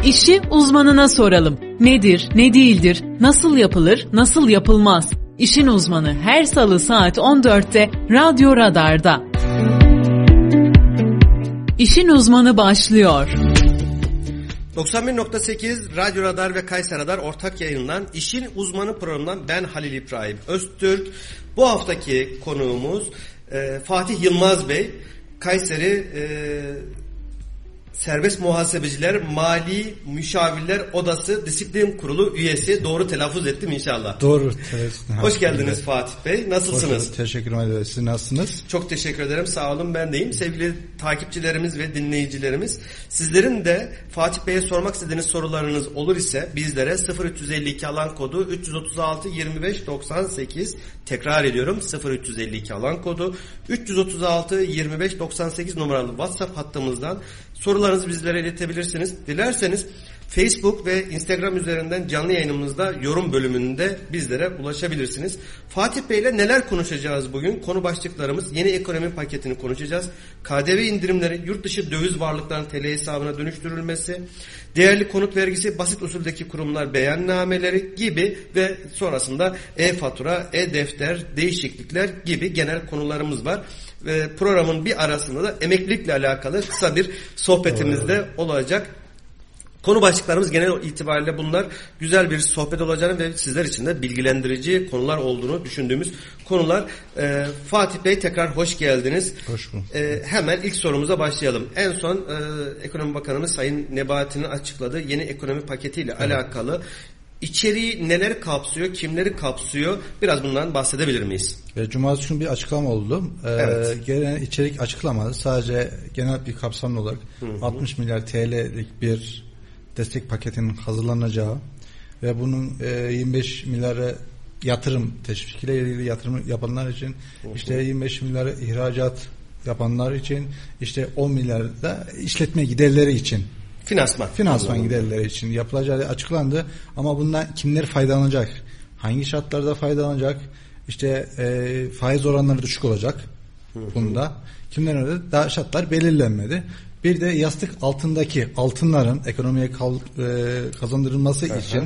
İşi uzmanına soralım. Nedir, ne değildir, nasıl yapılır, nasıl yapılmaz? İşin uzmanı her salı saat 14'te Radyo Radar'da. İşin uzmanı başlıyor. 91.8 Radyo Radar ve Kayser Radar ortak yayınlanan İşin Uzmanı programından ben Halil İbrahim Öztürk. Bu haftaki konuğumuz Fatih Yılmaz Bey. Kayseri Serbest Muhasebeciler Mali Müşavirler Odası Disiplin Kurulu üyesi. Doğru telaffuz ettim inşallah. Doğru. Evet. Hoş geldiniz Fatih Bey. Nasılsınız? Teşekkür ederim. Siz nasılsınız? Çok teşekkür ederim. Sağ olun, ben deyim. Sevgili takipçilerimiz ve dinleyicilerimiz, sizlerin de Fatih Bey'e sormak istediğiniz sorularınız olur ise bizlere 0352 alan kodu 336 25 98, tekrar ediyorum 0352 alan kodu 336 25 98 numaralı WhatsApp hattımızdan sorularınızı bizlere iletebilirsiniz. Dilerseniz Facebook ve Instagram üzerinden canlı yayınımızda yorum bölümünde bizlere ulaşabilirsiniz. Fatih Bey ile neler konuşacağız bugün? Konu başlıklarımız: yeni ekonomi paketini konuşacağız. KDV indirimleri, yurt dışı döviz varlıklarının TL hesabına dönüştürülmesi, değerli konut vergisi, basit usuldeki kurumlar beyannameleri gibi ve sonrasında e-fatura, e-defter, değişiklikler gibi genel konularımız var. Ve programın bir arasında da emeklilikle alakalı kısa bir sohbetimiz de olacak. Konu başlıklarımız genel itibariyle bunlar. Güzel bir sohbet olacağını ve sizler için de bilgilendirici konular olduğunu düşündüğümüz konular. Fatih Bey, tekrar hoş geldiniz. Hoş bulduk. Hemen ilk sorumuza başlayalım. En son Ekonomi Bakanımız Sayın Nebati'nin açıkladığı yeni ekonomi paketiyle alakalı içeriği neler kapsıyor, kimleri kapsıyor? Biraz bundan bahsedebilir miyiz? Cumartesi günü bir açıklama oldu. Evet. Genel içerik açıklamadı. Sadece genel bir kapsamlı olarak 60 milyar TL'lik bir destek paketinin hazırlanacağı ve bunun 25 milyarı yatırım teşvikiyle ilgili yatırım yapanlar için, işte 25 milyarı ihracat yapanlar için, işte 10 milyar da işletme giderleri için, finansman giderleri için yapılacağı açıklandı. Ama bundan kimler faydalanacak? Hangi şartlarda faydalanacak? İşte faiz oranları düşük olacak. Bunda kimler öyle? Daha şartlar belirlenmedi. Bir de yastık altındaki altınların ekonomiye kazandırılması için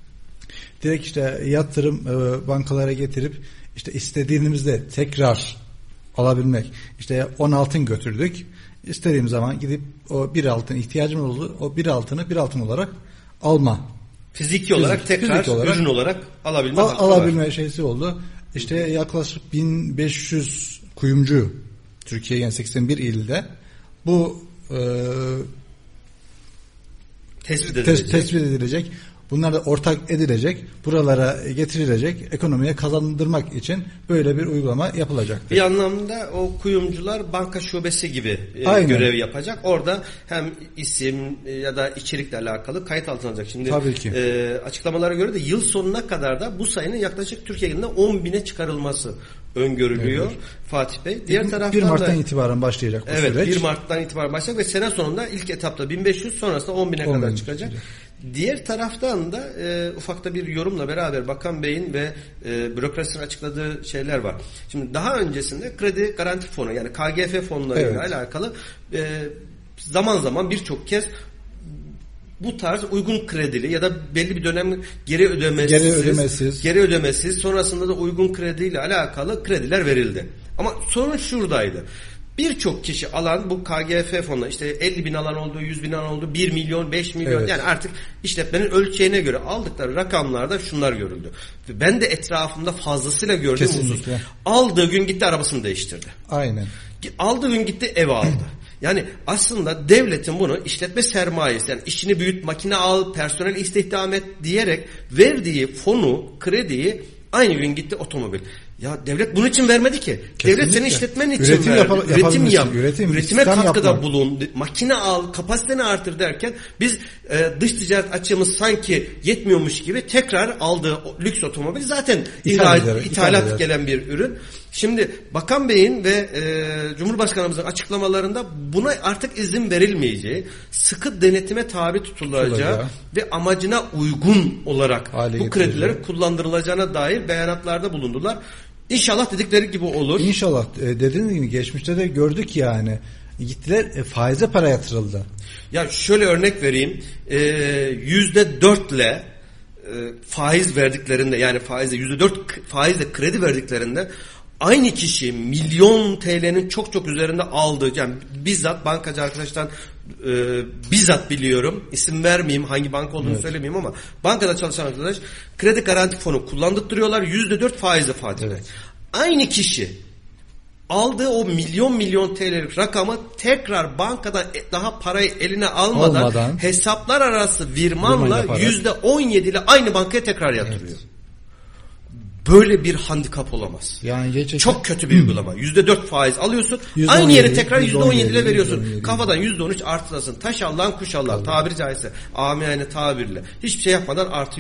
direkt işte yatırım bankalara getirip işte istediğimizde tekrar alabilmek. İşte 10 altın götürdük. İstediğim zaman gidip o bir altın ihtiyacım oldu. O bir altını bir altın olarak alma. Fiziki olarak tekrar ürün olarak alabilme şeysi oldu. İşte yaklaşık 1500 kuyumcu Türkiye'nin 81 ilde bu tespit edilecek. Bunlar da ortak edilecek. Buralara getirilecek. Ekonomiye kazandırmak için böyle bir uygulama yapılacak. Bir anlamda o kuyumcular banka şubesi gibi görev yapacak. Orada hem isim ya da içerikle alakalı kayıt altına alacak. Şimdi tabii ki. Açıklamalara göre de yıl sonuna kadar da bu sayının yaklaşık Türkiye'de 10.000'e çıkarılması öngörülüyor, evet. Fatih Bey. Diğer taraftan 1 Mart'tan itibaren başlayacak bu süreç. 1 Mart'tan itibaren başlayacak ve sene sonunda ilk etapta 1500, sonrasında 10.000'e kadar çıkacak. Diğer taraftan da ufakta bir yorumla beraber Bakan Bey'in ve bürokrasinin açıkladığı şeyler var. Şimdi daha öncesinde kredi garanti fonu, yani KGF fonlarıyla alakalı zaman zaman birçok kez bu tarz uygun kredili ya da belli bir dönem geri ödemesiz sonrasında da uygun krediyle alakalı krediler verildi. Ama sorun şuradaydı. Birçok kişi alan bu KGF fonuna, işte 50 bin alan oldu, 100 bin alan oldu, 1 milyon, 5 milyon, yani artık işletmenin ölçeğine göre aldıkları rakamlarda şunlar görüldü. Ben de etrafımda fazlasıyla gördüğüm husus. Aldığı gün gitti arabasını değiştirdi. Aynen. Aldığı gün gitti ev aldı. Yani aslında devletin bunu işletme sermayesi, yani işini büyüt, makine al, personel istihdam et diyerek verdiği fonu, krediyi aynı gün gitti otomobil. Ya devlet bunun için vermedi ki. Kesinlikle. Devlet senin işletmenin için verdi. Üretim yap. Üretime katkıda yapmak. bulun. Makine al, kapasiteni artır derken biz dış ticaret açığımız sanki yetmiyormuş gibi tekrar aldığı lüks otomobil zaten ithalat gelen bir ürün. Şimdi Bakan Bey'in ve Cumhurbaşkanımızın açıklamalarında buna artık izin verilmeyeceği, sıkı denetime tabi tutulacağı ve amacına uygun olarak bu kredilerin kullandırılacağına dair beyanatlarda bulundular. İnşallah dedikleri gibi olur. İnşallah dediğiniz gibi geçmişte de gördük yani. Gittiler faize para yatırıldı. Ya şöyle örnek vereyim. %4'le faiz verdiklerinde, yani faizle %4 faizle kredi verdiklerinde aynı kişi milyon TL'nin çok çok üzerinde aldığı, yani bizzat bankacı arkadaştan bizzat biliyorum, isim vermeyeyim, hangi banka olduğunu söylemeyeyim, ama bankada çalışan arkadaş kredi garanti fonu kullandırtıyorlar, %4 faizle faiz. Evet. Aynı kişi aldığı o milyon TL'lik rakamı tekrar bankadan daha parayı eline almadan hesaplar arası virmanla %17 ile aynı bankaya tekrar yatırıyor. Evet. Böyle bir handikap olamaz. Yani gerçekten çok kötü bir uygulama. %4 faiz alıyorsun. Aynı yere tekrar %17 ile veriyorsun. Kafadan %13 artılasın. Taş Allah'ın kuş Allah'ın tabiri caizse. Amiyane tabirle. Hiçbir şey yapmadan artı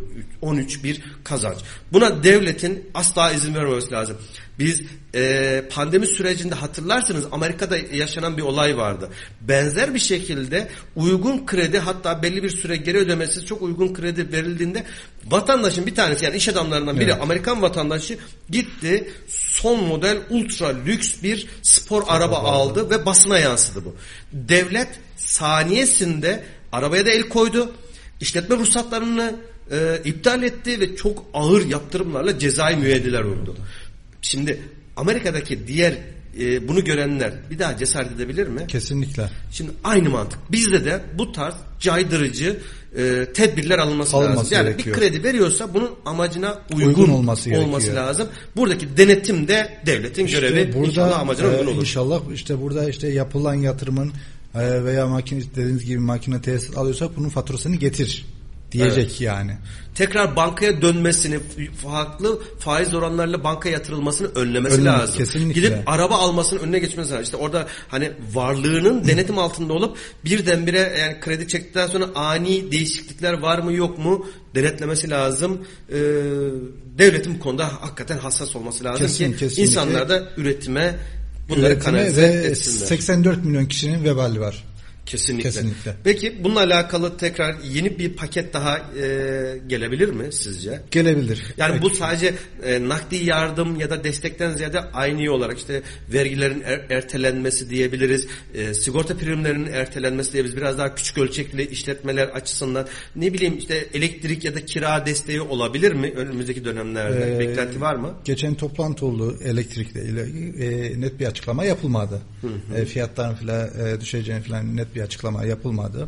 %13 bir kazanç. Buna devletin asla izin vermemesi lazım. Biz pandemi sürecinde hatırlarsınız, Amerika'da yaşanan bir olay vardı. Benzer bir şekilde uygun kredi, hatta belli bir süre geri ödemesiz çok uygun kredi verildiğinde vatandaşın bir tanesi, yani iş adamlarından biri, Amerikan vatandaşı gitti, son model ultra lüks bir spor araba aldı ve basına yansıdı bu. Devlet saniyesinde arabaya da el koydu. İşletme ruhsatlarını iptal etti ve çok ağır yaptırımlarla cezai müeyyideler vurdu. Şimdi Amerika'daki diğer bunu görenler bir daha cesaret edebilir mi? Kesinlikle. Şimdi aynı mantık. Bizde de bu tarz caydırıcı tedbirler alınması lazım. Yani gerekiyor. Bir kredi veriyorsa bunun amacına uygun olması lazım. Buradaki denetim de devletin görevi. Burada, inşallah amacına uygun olur. İnşallah burada yapılan yatırımın veya makine, dediğiniz gibi makine tesis alıyorsak bunun faturasını getir diyecek yani. Tekrar bankaya dönmesini, farklı faiz oranlarıyla bankaya yatırılmasını önlemesi lazım. Kesinlikle. Gidip araba almasının önüne geçmesi lazım. İşte orada hani varlığının denetim altında olup birdenbire, yani kredi çektikten sonra ani değişiklikler var mı yok mu denetlemesi lazım. Devletin bu konuda hakikaten hassas olması lazım kesinlikle. İnsanlar da üretime bunları kanalize etsinler. 84 milyon kişinin vebali var. Kesinlikle. Peki bununla alakalı tekrar yeni bir paket daha gelebilir mi sizce? Gelebilir. Yani bu sadece nakdi yardım ya da destekten ziyade aynı olarak işte vergilerin ertelenmesi diyebiliriz. Sigorta primlerinin ertelenmesi diyebiliriz. Biraz daha küçük ölçekli işletmeler açısından, ne bileyim işte elektrik ya da kira desteği olabilir mi önümüzdeki dönemlerde? Beklenti var mı? Geçen toplantı oldu elektrikle ilgili. Net bir açıklama yapılmadı. Fiyatların falan düşeceğini falan net bir açıklama yapılmadı.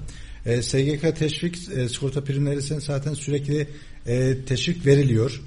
SGK teşvik, sigorta primleri zaten sürekli teşvik veriliyor.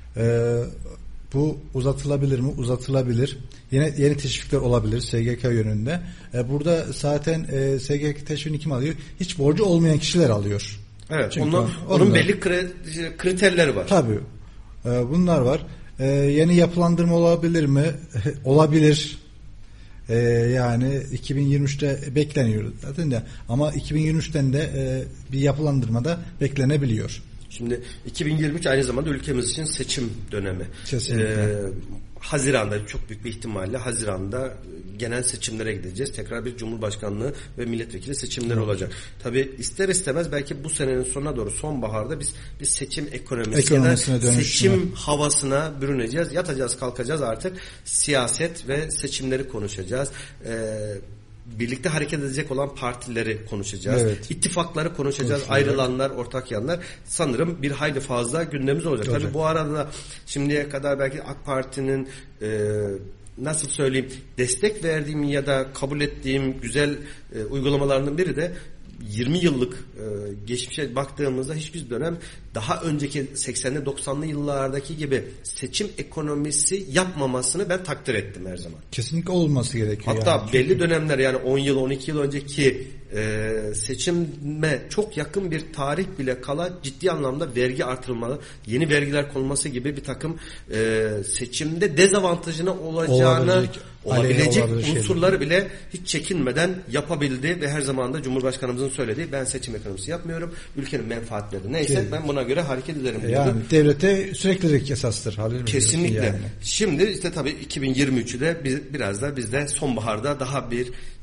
Bu uzatılabilir mi? Uzatılabilir. Yeni teşvikler olabilir SGK yönünde. Burada zaten SGK teşviğini kim alıyor? Hiç borcu olmayan kişiler alıyor. Evet. Çünkü onun belli kriterleri var. Tabii. Bunlar var. Yeni yapılandırma olabilir mi? Olabilir. Yani 2023'te bekleniyor zaten de, ama 2023'ten de bir yapılandırma da beklenebiliyor. Şimdi 2023 aynı zamanda ülkemiz için seçim dönemi. Kesinlikle. Haziran'da, çok büyük bir ihtimalle Haziran'da genel seçimlere gideceğiz. Tekrar bir Cumhurbaşkanlığı ve milletvekili seçimleri olacak. Tabii ister istemez belki bu senenin sonuna doğru, sonbaharda biz seçim ekonomisine seçim havasına bürüneceğiz. Yatacağız, kalkacağız, artık siyaset ve seçimleri konuşacağız. Birlikte hareket edecek olan partileri konuşacağız. Evet. İttifakları konuşacağız. Ayrılanlar, ortak yanlar. Sanırım bir hayli fazla gündemimiz olacak. Tabii bu arada şimdiye kadar belki AK Parti'nin nasıl söyleyeyim, destek verdiğim ya da kabul ettiğim güzel uygulamalarından biri de 20 yıllık geçmişe baktığımızda hiçbir dönem daha önceki 80'li 90'lı yıllardaki gibi seçim ekonomisi yapmamasını ben takdir ettim her zaman. Kesinlikle olması gerekiyor. Hatta yani belli dönemler, yani 10 yıl 12 yıl önceki seçime çok yakın bir tarih bile kala ciddi anlamda vergi artırılmalı, yeni vergiler konulması gibi bir takım seçimde dezavantajına olabilecek unsurları bile hiç çekinmeden yapabildi ve her zaman da Cumhurbaşkanımızın söylediği, ben seçim ekonomisi yapmıyorum, ülkenin menfaatleri neyse ben buna göre hareket ederim. Yani devlete süreklilik esastır. Kesinlikle. Yani. Şimdi işte tabii 2023'ü de biraz da bizde sonbaharda daha bir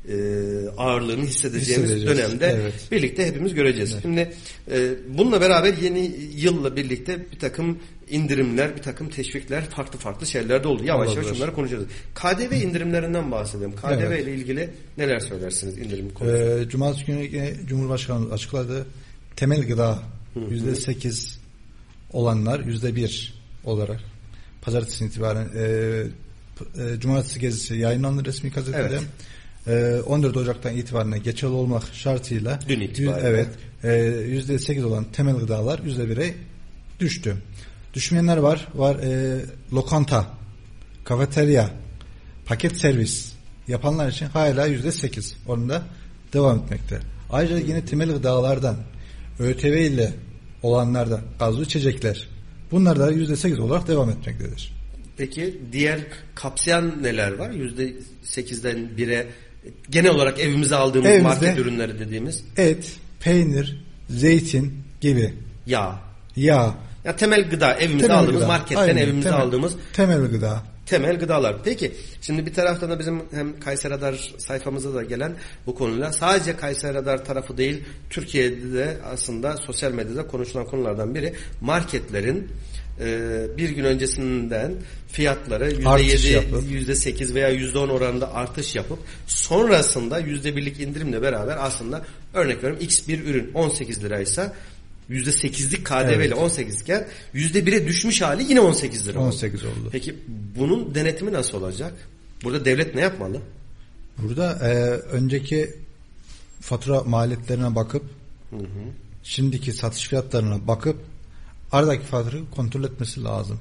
ağırlığını hissedeceğimiz dönemde evet, birlikte hepimiz göreceğiz. Evet. Şimdi bununla beraber yeni yılla birlikte bir takım indirimler, bir takım teşvikler, farklı şeyler de oldu. Yavaş yavaş bunları konuşacağız. KDV indirimlerinden bahsedelim. KDV ile ilgili neler söylersiniz indirim konusunda? Cumartesi günü Cumhurbaşkanı açıkladı. Temel gıda %8 olanlar %1 olarak pazartesi itibaren Cumartesi gezisi yayınlandı resmi gazetede. Evet. 14 Ocak'tan itibaren geçerli olmak şartıyla dün itibaren %8 olan temel gıdalar %1'e düştü. Düşmeyenler var. Lokanta, kafeterya, paket servis yapanlar için hala %8 oranda devam etmekte. Ayrıca yine temel gıdalardan ÖTV ile olanlardan gazlı içecekler, bunlar da %8 olarak devam etmektedir. Peki diğer kapsayan neler var? %8'den 1'e genel olarak evimize aldığımız market ürünleri dediğimiz. Et, peynir, zeytin gibi. Yağ. Ya temel gıda, evimizde aldığımız marketten. Aynen, evimizde aldığımız temel gıda. Temel gıdalar. Peki şimdi bir taraftan da bizim hem Kayseri Radar sayfamıza da gelen bu konuyla sadece Kayseri Radar tarafı değil, Türkiye'de de aslında sosyal medyada konuşulan konulardan biri marketlerin bir gün öncesinden fiyatları %7, %8 veya %10 oranında artış yapıp sonrasında %1'lik indirimle beraber aslında örnek veriyorum X bir ürün 18 liraysa %8'lik KDV ile 18 iken %1'e düşmüş hali yine 18 lira 18 oldu. Peki bunun denetimi nasıl olacak? Burada devlet ne yapmalı? Burada önceki fatura maliyetlerine bakıp şimdiki satış fiyatlarına bakıp aradaki faturayı kontrol etmesi lazım.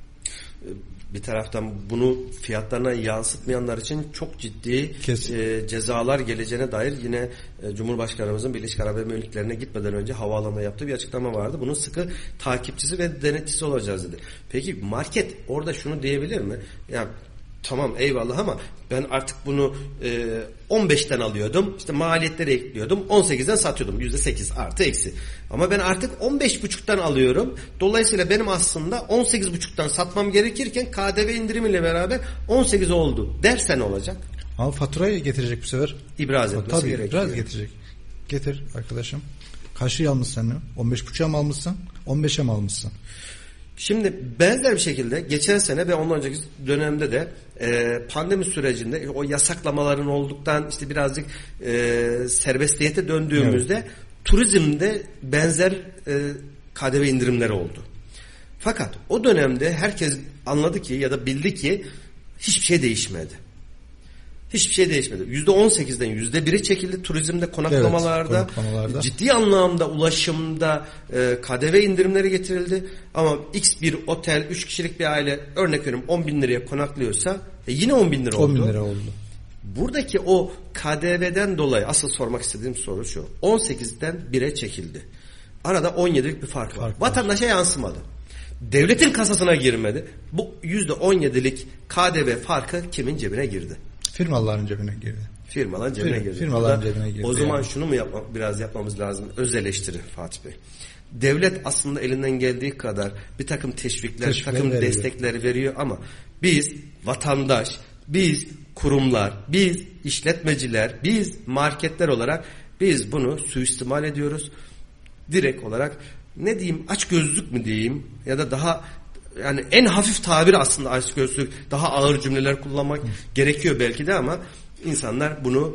Bir taraftan bunu fiyatlarına yansıtmayanlar için çok ciddi cezalar geleceğine dair yine Cumhurbaşkanımızın Birleşik Arap Emirlikleri'ne gitmeden önce havaalanına yaptığı bir açıklama vardı. Bunun sıkı takipçisi ve denetçisi olacağız dedi. Peki market orada şunu diyebilir mi? Ya tamam eyvallah ama ben artık bunu 15'ten alıyordum. İşte maliyetleri ekliyordum. 18'den satıyordum. %8 artı eksi. Ama ben artık 15,5'tan alıyorum. Dolayısıyla benim aslında 18,5'tan satmam gerekirken KDV indirimiyle beraber 18 oldu derse ne olacak? Ama faturayı getirecek bu sefer. İbraz etmesi gerekiyor. Tabii ibraz getirecek. Getir arkadaşım. Kaçı almışsın sen? 15,5'a mı almışsın? 15'e mi almışsın? Şimdi benzer bir şekilde geçen sene ve ondan önceki dönemde de pandemi sürecinde o yasaklamaların olduktan işte birazcık serbestiyete döndüğümüzde turizmde benzer KDV indirimleri oldu. Fakat o dönemde herkes anladı ki ya da bildi ki hiçbir şey değişmedi. Hiçbir şey değişmedi. %18'den %1'e çekildi turizmde, konaklamalarda. Ciddi anlamda ulaşımda KDV indirimleri getirildi. Ama X bir otel, 3 kişilik bir aile örnek veriyorum 10 bin liraya konaklıyorsa yine 10 bin lira oldu. 10 bin lira oldu. Buradaki o KDV'den dolayı asıl sormak istediğim soru şu. 18'den 1'e çekildi. Arada 17'lik bir fark var. Vatandaşa yansımadı. Devletin kasasına girmedi. Bu %17'lik KDV farkı kimin cebine girdi? Firmaların cebine girdi. Firmaların cebine girdi. O zaman şunu mu biraz yapmamız lazım? Öz eleştiri Fatih Bey. Devlet aslında elinden geldiği kadar bir takım teşvikler takım veriyor, destekler veriyor ama biz vatandaş, biz kurumlar, biz işletmeciler, biz marketler olarak biz bunu suistimal ediyoruz. Direkt olarak ne diyeyim, açgözlülük mü diyeyim ya da daha yani en hafif tabir aslında açgözlülük, daha ağır cümleler kullanmak gerekiyor belki de ama insanlar bunu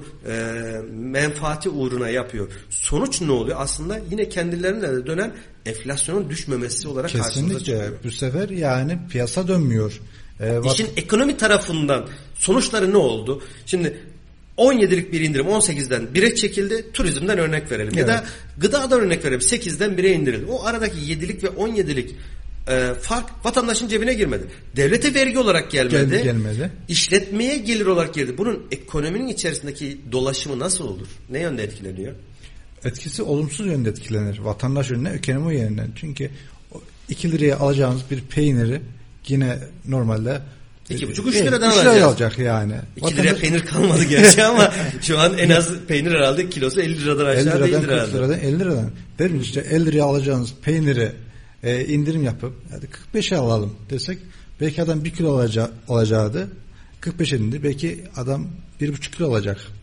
menfaati uğruna yapıyor. Sonuç ne oluyor? Aslında yine kendilerine de dönen enflasyonun düşmemesi olarak karşımıza çıkıyor. Kesinlikle. Bu sefer yani piyasa dönmüyor. İşin ekonomi tarafından sonuçları ne oldu? Şimdi 17'lik bir indirim 18'den 1'e çekildi. Turizmden örnek verelim. Evet. Ya da gıdadan örnek verelim. 8'den 1'e indirildi. O aradaki 7'lik ve 17'lik fark vatandaşın cebine girmedi. Devlete vergi olarak gelmedi. İşletmeye gelir olarak girdi. Bunun ekonominin içerisindeki dolaşımı nasıl olur? Ne yönde etkileniyor? Etkisi olumsuz yönde etkilenir. Vatandaş yönüne, ekonomi yönünden. Çünkü 2 liraya alacağınız bir peyniri yine normalde 2,5-3 liradan alacak yani. 2 liraya peynir kalmadı gerçi ama şu an en az peynir herhalde kilosu 50 liradan aşağı değildir herhalde. 50 liradan. Derim işte 50 liraya alacağınız peyniri indirim yapıp hadi 45'e alalım desek belki adam 1 kilo alacaktı 45'e indi. Belki adam 1,5 kilo alacak.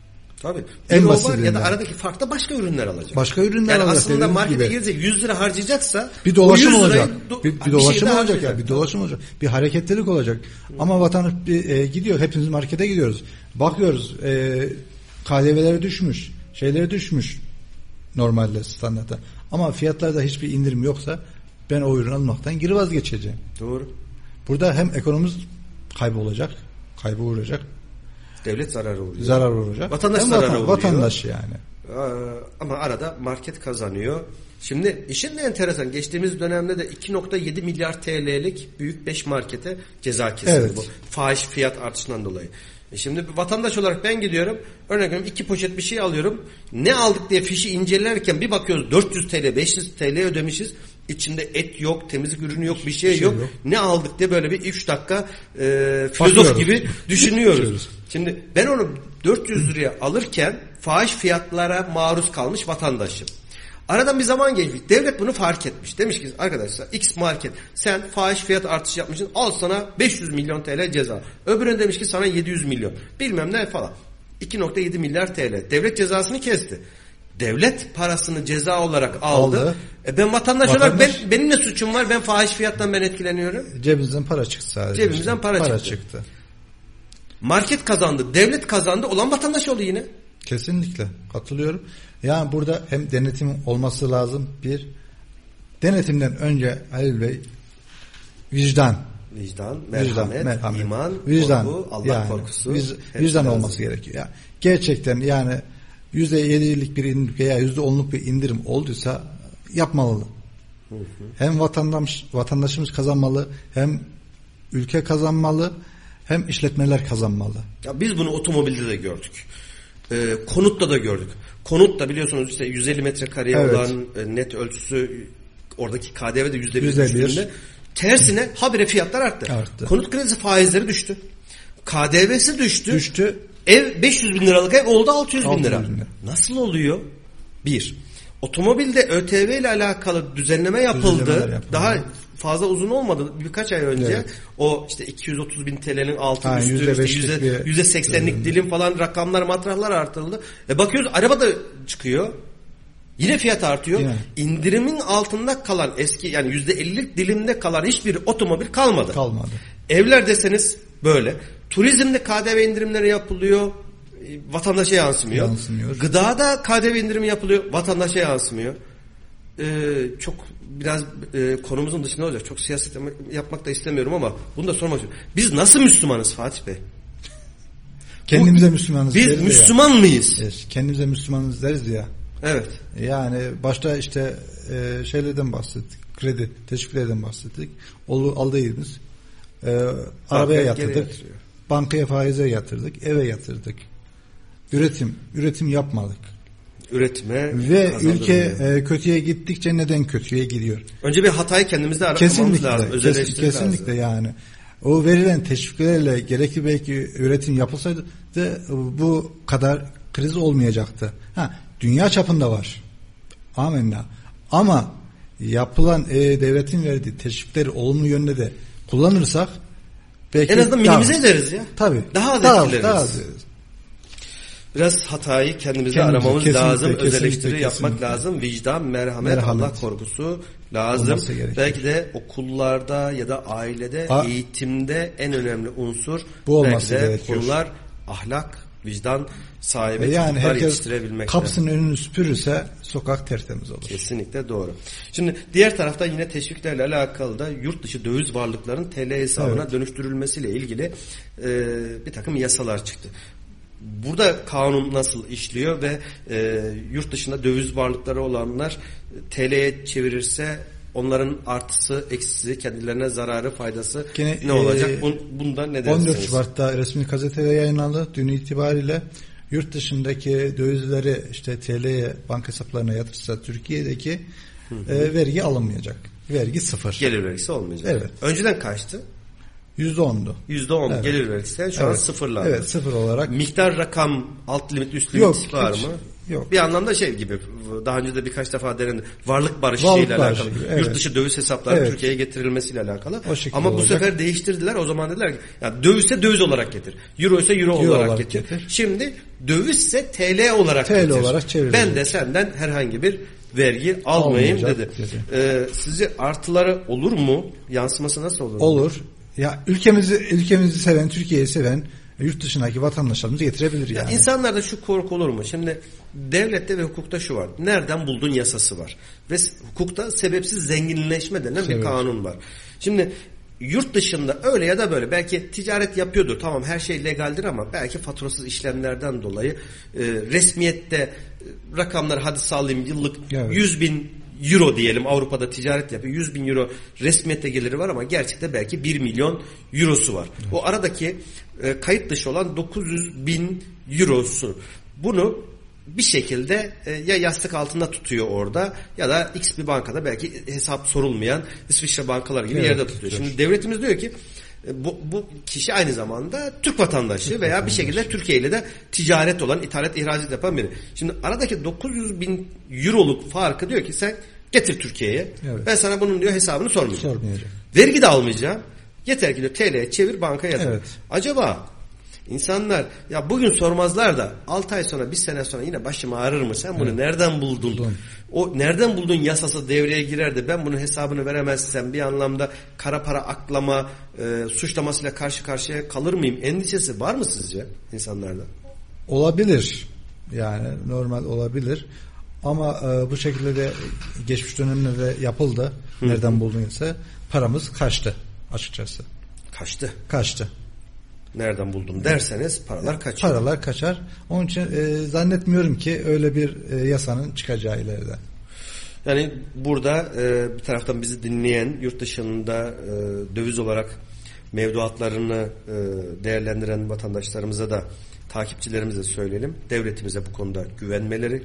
Tabii. En var basitinden. ya da aradaki farkta başka ürünler alacak. Başka ürünler alacak. Aslında markete gibi. girecek 100 lira harcayacaksa bir dolaşım olacak. Bir dolaşım olacak ya. Bir dolaşım olacak. Bir hareketlilik olacak. Ama vatandaş gidiyor. Hepimiz markete gidiyoruz. Bakıyoruz. KDV'leri düşmüş. Şeyleri düşmüş. Normalde standartta. Ama fiyatlarda hiçbir indirim yoksa ben o ürünü almaktan geri vazgeçeceğim. Doğru. Burada hem ekonomimiz kaybolacak. Kaybı uğrayacak. Devlet zararı oluyor. Zarar uğrayacak. Vatandaş hem zararı oluyor. Vatandaş yani. Ama arada market kazanıyor. Şimdi işin de enteresan. Geçtiğimiz dönemde de 2.7 milyar TL'lik büyük 5 markete ceza kesildi. Evet. Bu fahiş fiyat artışından dolayı. Şimdi vatandaş olarak ben gidiyorum. Örnek veriyorum 2 poşet bir şey alıyorum. Ne aldık diye fişi incelerken bir bakıyoruz 400 TL 500 TL ödemişiz. İçinde et yok, temizlik ürünü yok, bir şey yok. Ne aldık diye böyle bir 3 dakika filozof gibi düşünüyoruz. Şimdi ben onu 400 liraya alırken fahiş fiyatlara maruz kalmış vatandaşım. Aradan bir zaman geçmiş. Devlet bunu fark etmiş. Demiş ki arkadaşlar X market sen fahiş fiyat artışı yapmışsın. Al sana 500 milyon TL ceza. Öbürüne demiş ki sana 700 milyon. Bilmem ne falan. 2.7 milyar TL. Devlet cezasını kesti. Devlet parasını ceza olarak aldı. Ben vatandaş olarak benim ne suçum var? Ben fahiş fiyattan ben etkileniyorum. Cebimizden para çıktı sadece. Cebimizden para çıktı. Market kazandı, devlet kazandı. Olan vatandaş oldu yine. Kesinlikle katılıyorum. Yani burada hem denetim olması lazım. Bir, denetimden önce Halil Bey vicdan, merhamet, iman, vicdan, korku, Allah yani, korkusu. Vicdan olması gerekiyor. Yani gerçekten yani %7'lik bir indirim veya %10'luk bir indirim olduysa yapmalı. Hem vatandaşımız kazanmalı, hem ülke kazanmalı, hem işletmeler kazanmalı. Ya biz bunu otomobilde de gördük. Konutta da gördük. Konut da biliyorsunuz işte 150 metrekareye olan net ölçüsü oradaki KDV de %1 tersine habire fiyatlar arttı. Konut kredisi faizleri düştü. KDV'si düştü. Ev 500 bin liralık ev oldu 600 bin lira. Nasıl oluyor? Bir, otomobilde ÖTV ile alakalı düzenleme yapıldı. Daha fazla uzun olmadı. Birkaç ay önce o işte 230 bin TL'nin altı üstü %80'lik dilim falan rakamlar matrahlar artırıldı. Bakıyoruz araba da çıkıyor. Yine fiyat artıyor. İndirimin altında kalan eski yani %50'lik dilimde kalan hiçbir otomobil kalmadı. Evler deseniz böyle. Turizmde KDV indirimleri yapılıyor. Vatandaşa yansımıyor. Gıdada KDV indirimi yapılıyor. Vatandaşa yansımıyor. Çok biraz konumuzun dışında olacak. Çok siyaset yapmak da istemiyorum ama bunu da sormak istiyorum. Biz nasıl Müslümanız Fatih Bey? Kendimize Müslümanız. Biz Müslüman mıyız? Kendimize Müslümanız deriz ya. Evet. Yani başta işte şeylerden bahsettik. Kredi, teşviklerden bahsettik. Aldığımız arabaya yatırdık. Bankaya faize yatırdık. Eve yatırdık. Üretim yapmadık. Üretime ve ülke kötüye gittikçe neden kötüye gidiyor? Önce bir hatayı kendimizde aramamız lazım. Kesinlikle lazım. Yani. O verilen teşviklerle gerekli belki üretim yapılsaydı bu kadar kriz olmayacaktı. Dünya çapında var. Amenna. Ama yapılan devletin verdiği teşvikleri olumlu yönde de kullanırsak belki en azından minimize ederiz ya. Tabii. Daha az etkileriz. Biraz hatayı kendimize aramamız lazım. Öz eleştiri yapmak lazım. Vicdan, merhamet, Allah korkusu lazım. Belki de okullarda ya da ailede, eğitimde en önemli unsur bu olması belki de gerekiyor. konular ahlak, vicdan sahibi yani çocuklar yetiştirebilmek. Kapısının önünü süpürürse sokak tertemiz olur. Kesinlikle doğru. Şimdi diğer taraftan yine teşviklerle alakalı da yurt dışı döviz varlıkların TL hesabına dönüştürülmesiyle ilgili bir takım yasalar çıktı. Burada kanun nasıl işliyor ve yurt dışında döviz varlıkları olanlar TL'ye çevirirse onların artısı, eksisi, kendilerine zararı, faydası ne olacak? Bunda ne dersiniz? 14 Şubat'ta resmi gazetede yayınlandı. Dün itibariyle yurt dışındaki dövizleri işte TL'ye banka hesaplarına yatırsa Türkiye'deki vergi alınmayacak. Vergi sıfır. Gelir vergisi olmayacak. Evet. Önceden kaçtı? %10'du. %10 gelir vergisi. Şu an sıfırlandı. Evet, sıfır olarak. Miktar rakam alt limit üst limit var mı? Yok. Bir anlamda şey gibi, daha önce de birkaç defa denendi. Varlık barışı ile alakalı. Evet. Yurt dışı döviz hesapları evet. Türkiye'ye getirilmesiyle alakalı. Ama bu sefer değiştirdiler. O zaman dediler ki ya dövizse döviz olarak getir. Euro ise euro olarak getir. Şimdi dövizse TL olarak getir. Olarak ben de senden herhangi bir vergi almayayım dedi. Sizce artıları olur mu? Yansıması nasıl olur? Olur. Ya ülkemizi seven, Türkiye'yi seven yurt dışındaki vatandaşlarımızı getirebilir yani. İnsanlarda şu korku olur mu? Şimdi devlette ve hukukta şu var. Nereden buldun yasası var. Ve hukukta sebepsiz zenginleşme denen bir kanun var. Şimdi yurt dışında öyle ya da böyle belki ticaret yapıyordur. Tamam, her şey legaldir ama belki faturasız işlemlerden dolayı resmiyette rakamları hadi sallayayım, yıllık 100.000 euro diyelim, Avrupa'da ticaret yapıyor. 100.000 euro resmiyette geliri var ama gerçekte belki 1 milyon eurosu var. O aradaki kayıt dışı olan 900.000 eurosu. Bunu bir şekilde ya yastık altında tutuyor orada ya da X bir bankada, belki hesap sorulmayan İsviçre bankaları gibi yerde tutuyor. Şimdi devletimiz diyor ki bu kişi aynı zamanda Türk vatandaşı veya bir şekilde Türkiye ile de ticaret olan, ithalat ihracat yapan biri. Şimdi aradaki 900.000 euroluk farkı diyor ki sen getir Türkiye'ye. Evet. Ben sana bunun diyor hesabını sormayacağım. Vergi de almayacağım. Yeter ki diyor TL'ye çevir, bankaya yatır. Evet. Acaba İnsanlar ya bugün sormazlar da 6 ay sonra, 1 sene sonra yine başım ağrır mı? Sen bunu nereden buldun? O nereden buldun yasası devreye girer de ben bunun hesabını veremezsem bir anlamda kara para aklama suçlamasıyla karşı karşıya kalır mıyım? Endişesi var mı sizce insanlarda? Olabilir. Yani normal olabilir. Ama bu şekilde de geçmiş dönemde de yapıldı. Nereden buldun ise paramız kaçtı açıkçası. Kaçtı. Nereden buldum derseniz paralar kaçar. Paralar kaçar. Onun için zannetmiyorum ki öyle bir yasanın çıkacağı ileride. Yani burada bir taraftan bizi dinleyen, yurt dışında döviz olarak mevduatlarını değerlendiren vatandaşlarımıza da, takipçilerimize söyleyelim. Devletimize bu konuda güvenmeleri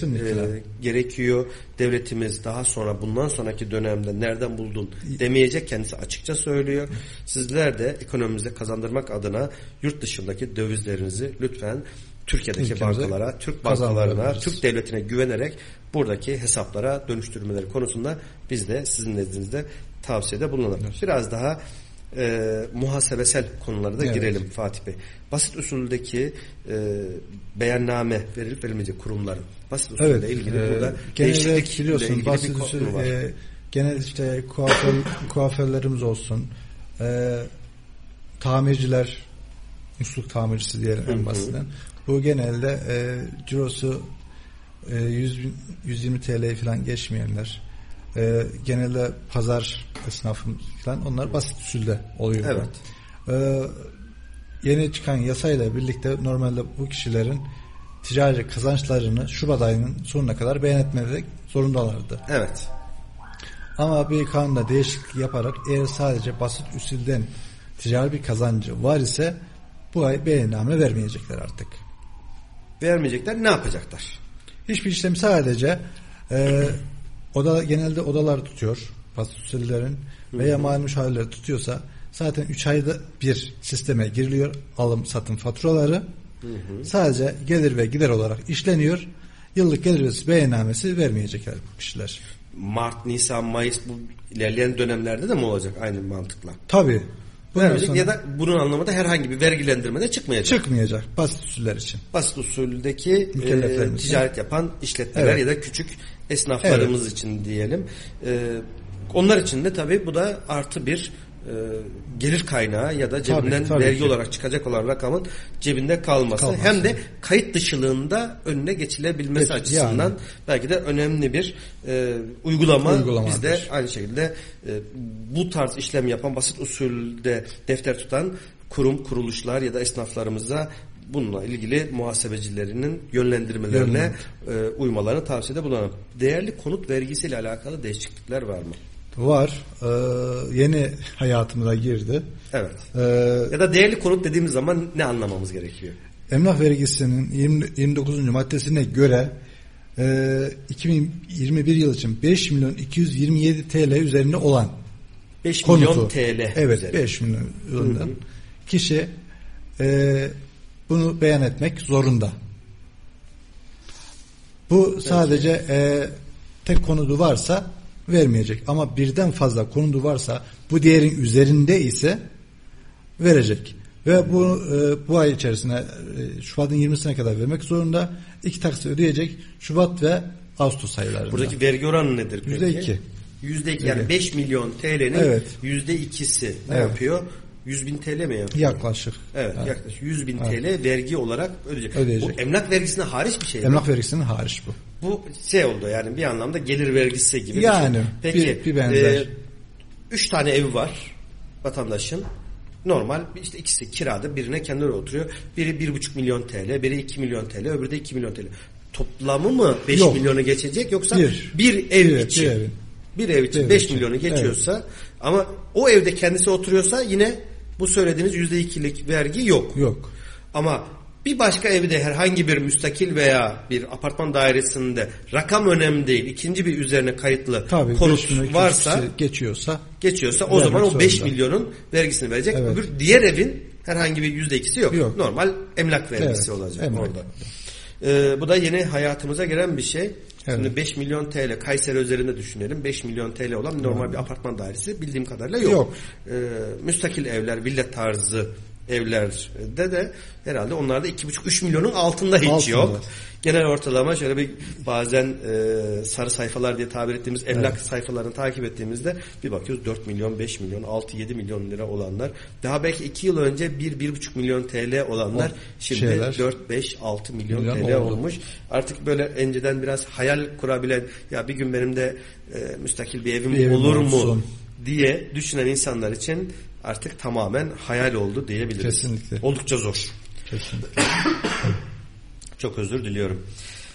gerekiyor. Devletimiz daha sonra, bundan sonraki dönemde nereden buldun demeyecek, kendisi açıkça söylüyor. Sizler de ekonomimize kazandırmak adına yurt dışındaki dövizlerinizi lütfen Türkiye'deki bankalara, Türk bankalarına, Türk devletine güvenerek buradaki hesaplara dönüştürmeleri konusunda biz de sizin nezdinizde tavsiyede bulunalım. Biraz daha muhasebesel konulara da girelim Fatih Bey. Basit usuldeki beyanname verilip verilmeyecek kurumların basit usulle ilgili burada değişiklik biliyorsun. Basit usul genel işte kuaförlerimiz olsun, tamirciler, musluk tamircisi diyelim en basitinden. Bu genelde cirosu 120 TL falan geçmeyenler. Genelde pazar esnafım falan, onlar basit usulde oluyor. Evet. Yeni çıkan yasayla birlikte normalde bu kişilerin ticari kazançlarını Şubat ayının sonuna kadar beyan etmeleri zorundalardı. Evet. Ama bir kanunda değişiklik yaparak eğer sadece basit usulden ticari bir kazancı var ise bu ay beyanname vermeyecekler artık. Vermeyecekler, ne yapacaklar? Hiçbir işlem, sadece genelde odalar tutuyor basit usullerin veya mali müşavirleri tutuyorsa zaten 3 ayda bir sisteme giriliyor alım satım faturaları. Sadece gelir ve gider olarak işleniyor. Yıllık gelir beyannamesi vermeyecekler bu kişiler. Mart, Nisan, Mayıs bu ilerleyen dönemlerde de mi olacak aynı mantıkla? Tabii. Ya da bunun anlamında herhangi bir vergilendirme de çıkmayacak. Çıkmayacak basit usuller için. Basit usuldeki ticaret yapan işletmeler ya da küçük esnaflarımız için diyelim. Onlar için de tabii bu da artı bir gelir kaynağı ya da cebinden vergi olarak çıkacak olan rakamın cebinde kalması. Hem de kayıt dışılığında önüne geçilebilmesi açısından belki de önemli bir uygulama. Biz de aynı şekilde bu tarz işlem yapan, basit usulde defter tutan kurum, kuruluşlar ya da esnaflarımıza bununla ilgili muhasebecilerinin yönlendirmelerine uymalarını tavsiyede bulunalım. Değerli konut vergisiyle alakalı değişiklikler var mı? Var. Yeni hayatımıza girdi. Evet. Ya da değerli konut dediğimiz zaman ne anlamamız gerekiyor? Emlak vergisinin 29. maddesine göre 2021 yıl için 5.227.000 TL üzerinde olan 5 konutu, milyon TL. Evet, üzerinde. 5 milyon üzerinden kişi bunu beyan etmek zorunda. Bu sadece tek konutu varsa vermeyecek. Ama birden fazla konutu varsa, bu değerin üzerinde ise verecek. Ve bu ay içerisinde Şubat'ın 20'sine kadar vermek zorunda. 2 taksit ödeyecek Şubat ve Ağustos aylarında. Buradaki vergi oranı nedir peki? %2. %2 yani 5 milyon TL'nin %2'si ne yapıyor? 100.000 TL mi yapıyor? Yaklaşık. Evet, yaklaşık 100.000 TL vergi olarak ödeyecek. Bu emlak vergisine hariç bir şey mi? Emlak vergisinin hariç bu. Bu şey oldu yani bir anlamda gelir vergisi gibi yani, bir şey. Peki bir benzer. 3 tane evi var vatandaşın. Normal işte ikisi kirada, birine kendileri oturuyor. Biri 1,5 milyon TL, biri 2 milyon TL, öbürü de 2 milyon TL. Toplamı mı 5 milyonu geçecek yoksa bir ev için? Bir ev için 5 milyonu geçiyorsa ama o evde kendisi oturuyorsa yine bu söylediğiniz %2'lik vergi yok. Yok. Ama bir başka evde herhangi bir müstakil veya bir apartman dairesinde rakam önemli değil. İkinci bir üzerine kayıtlı konut varsa geçiyorsa o zaman o 5 milyonun vergisini verecek. Evet. Öbür diğer evin herhangi bir %2'si yok. Normal emlak vergisi olacak orada. Bu da yeni hayatımıza giren bir şey. Şimdi 5 milyon TL Kayseri üzerinde düşünelim. 5 milyon TL olan normal bir apartman dairesi bildiğim kadarıyla yok. Müstakil evler, villa tarzı evlerde de herhalde onlarda 2,5-3 milyonun altında hiç yok. Genel ortalama şöyle bir bazen sarı sayfalar diye tabir ettiğimiz emlak sayfalarını takip ettiğimizde bir bakıyoruz 4 milyon, 5 milyon, 6-7 milyon lira olanlar. Daha belki 2 yıl önce 1-1,5 milyon TL olanlar şimdi 4-5-6 milyon TL olmuş. Artık böyle önceden biraz hayal kurabilen ya bir gün benim de müstakil bir evim olur mu diye düşünen insanlar için artık tamamen hayal oldu diyebiliriz. Kesinlikle. Oldukça zor. Kesinlikle. Çok özür diliyorum.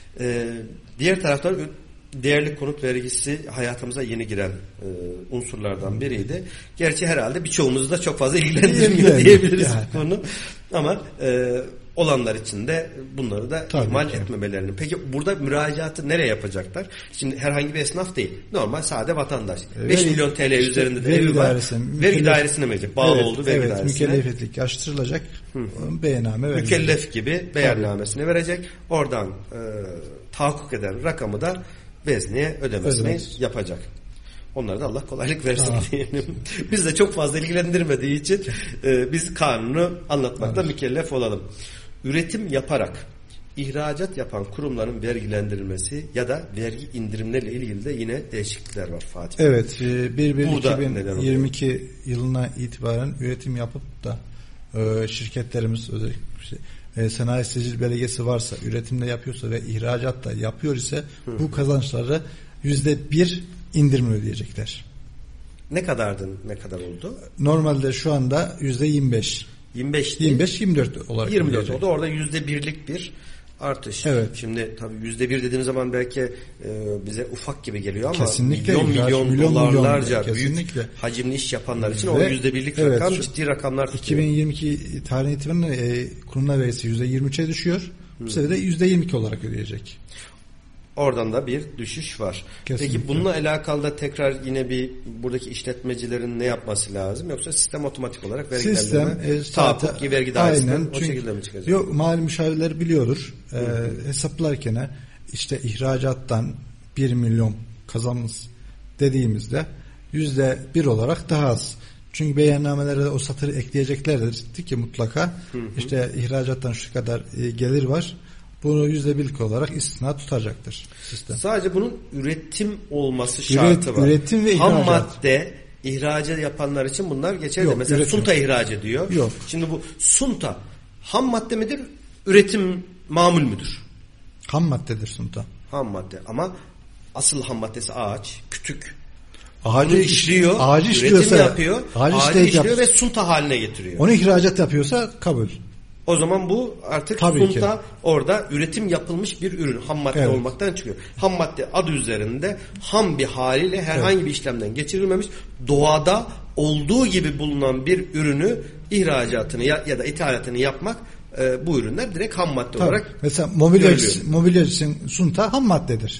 Diğer taraftan değerli konut vergisi hayatımıza yeni giren unsurlardan biriydi. Gerçi herhalde birçoğumuzu da çok fazla ilgilendirmiyor diyebiliriz bu konu. Ama olanlar için de bunları da ihmal etmemelerini. Peki burada müracaatı nereye yapacaklar? Şimdi herhangi bir esnaf değil. Normal sade vatandaş. 5 milyon TL üzerinde de evi var. Vergi dairesine mi verecek? Bağlı olduğu vergi dairesine. Mükellefiyetlik açtırılacak. Beyanname verecek. Mükellef gibi beyannamesini verecek. Oradan tahakkuk eden rakamı da vezneye ödemesini yapacak. Onlara da Allah kolaylık versin diyelim. Biz de çok fazla ilgilendirmediği için biz kanunu anlatmakla mükellef olalım. Üretim yaparak ihracat yapan kurumların vergilendirilmesi ya da vergi indirimleriyle ilgili de yine değişiklikler var Fatih. Evet. 1/1/2022 yılına itibaren üretim yapıp da şirketlerimiz özellikle sanayi sicil belgesi varsa, üretimde yapıyorsa ve ihracatta yapıyor ise bu kazançları %1 indirim ödeyecekler. Ne kadar oldu? Normalde şu anda %25. 25-24 olarak 24 oldu. Orada %1'lik bir artış. Evet. Şimdi tabii %1 dediğimiz zaman belki bize ufak gibi geliyor ama kesinlikle milyon dolarlarca büyük hacimli iş yapanlar için o %1'lik rakam ciddi rakamlar tutuyor. 2022 tarih itibariyle kurumlar vergisi %23'e düşüyor. Bu sefer de %22 olarak ödeyecek. Oradan da bir düşüş var. Kesinlikle. Peki bununla alakalı da tekrar yine bir buradaki işletmecilerin ne yapması lazım? Yoksa sistem otomatik olarak vergilendirme tahakkuk ki vergi dairesinden o şekilde mi çıkacak? Yok, mali müşavirler biliyordur. Hesaplarken işte ihracattan 1 milyon kazanız dediğimizde %1 olarak daha az. Çünkü beyannamelere de o satırı ekleyeceklerdir ki mutlaka. İşte ihracattan şu kadar gelir var. Bunu %1'lik olarak istisna tutacaktır sistem. Sadece bunun üretim olması şartı var. Üretim ve ihracat. Ham madde ihracı yapanlar için bunlar geçerli. Mesela üretim. Sunta ihraç ediyor. Yok. Şimdi bu sunta ham madde midir? Üretim mamul müdür? Ham maddedir sunta. Ham madde ama asıl ham maddesi ağaç, kütük. Ağacı işliyor, üretim yapıyor, ağacı işliyor ve sunta haline getiriyor. Onu ihracat yapıyorsa kabul. O zaman bu artık sunta orada üretim yapılmış bir ürün. Ham madde olmaktan çıkıyor. Ham madde adı üzerinde ham bir haliyle herhangi bir işlemden geçirilmemiş doğada olduğu gibi bulunan bir ürünü ihracatını ya da ithalatını yapmak bu ürünler direkt ham madde olarak mesela mobilya için sunta ham maddedir.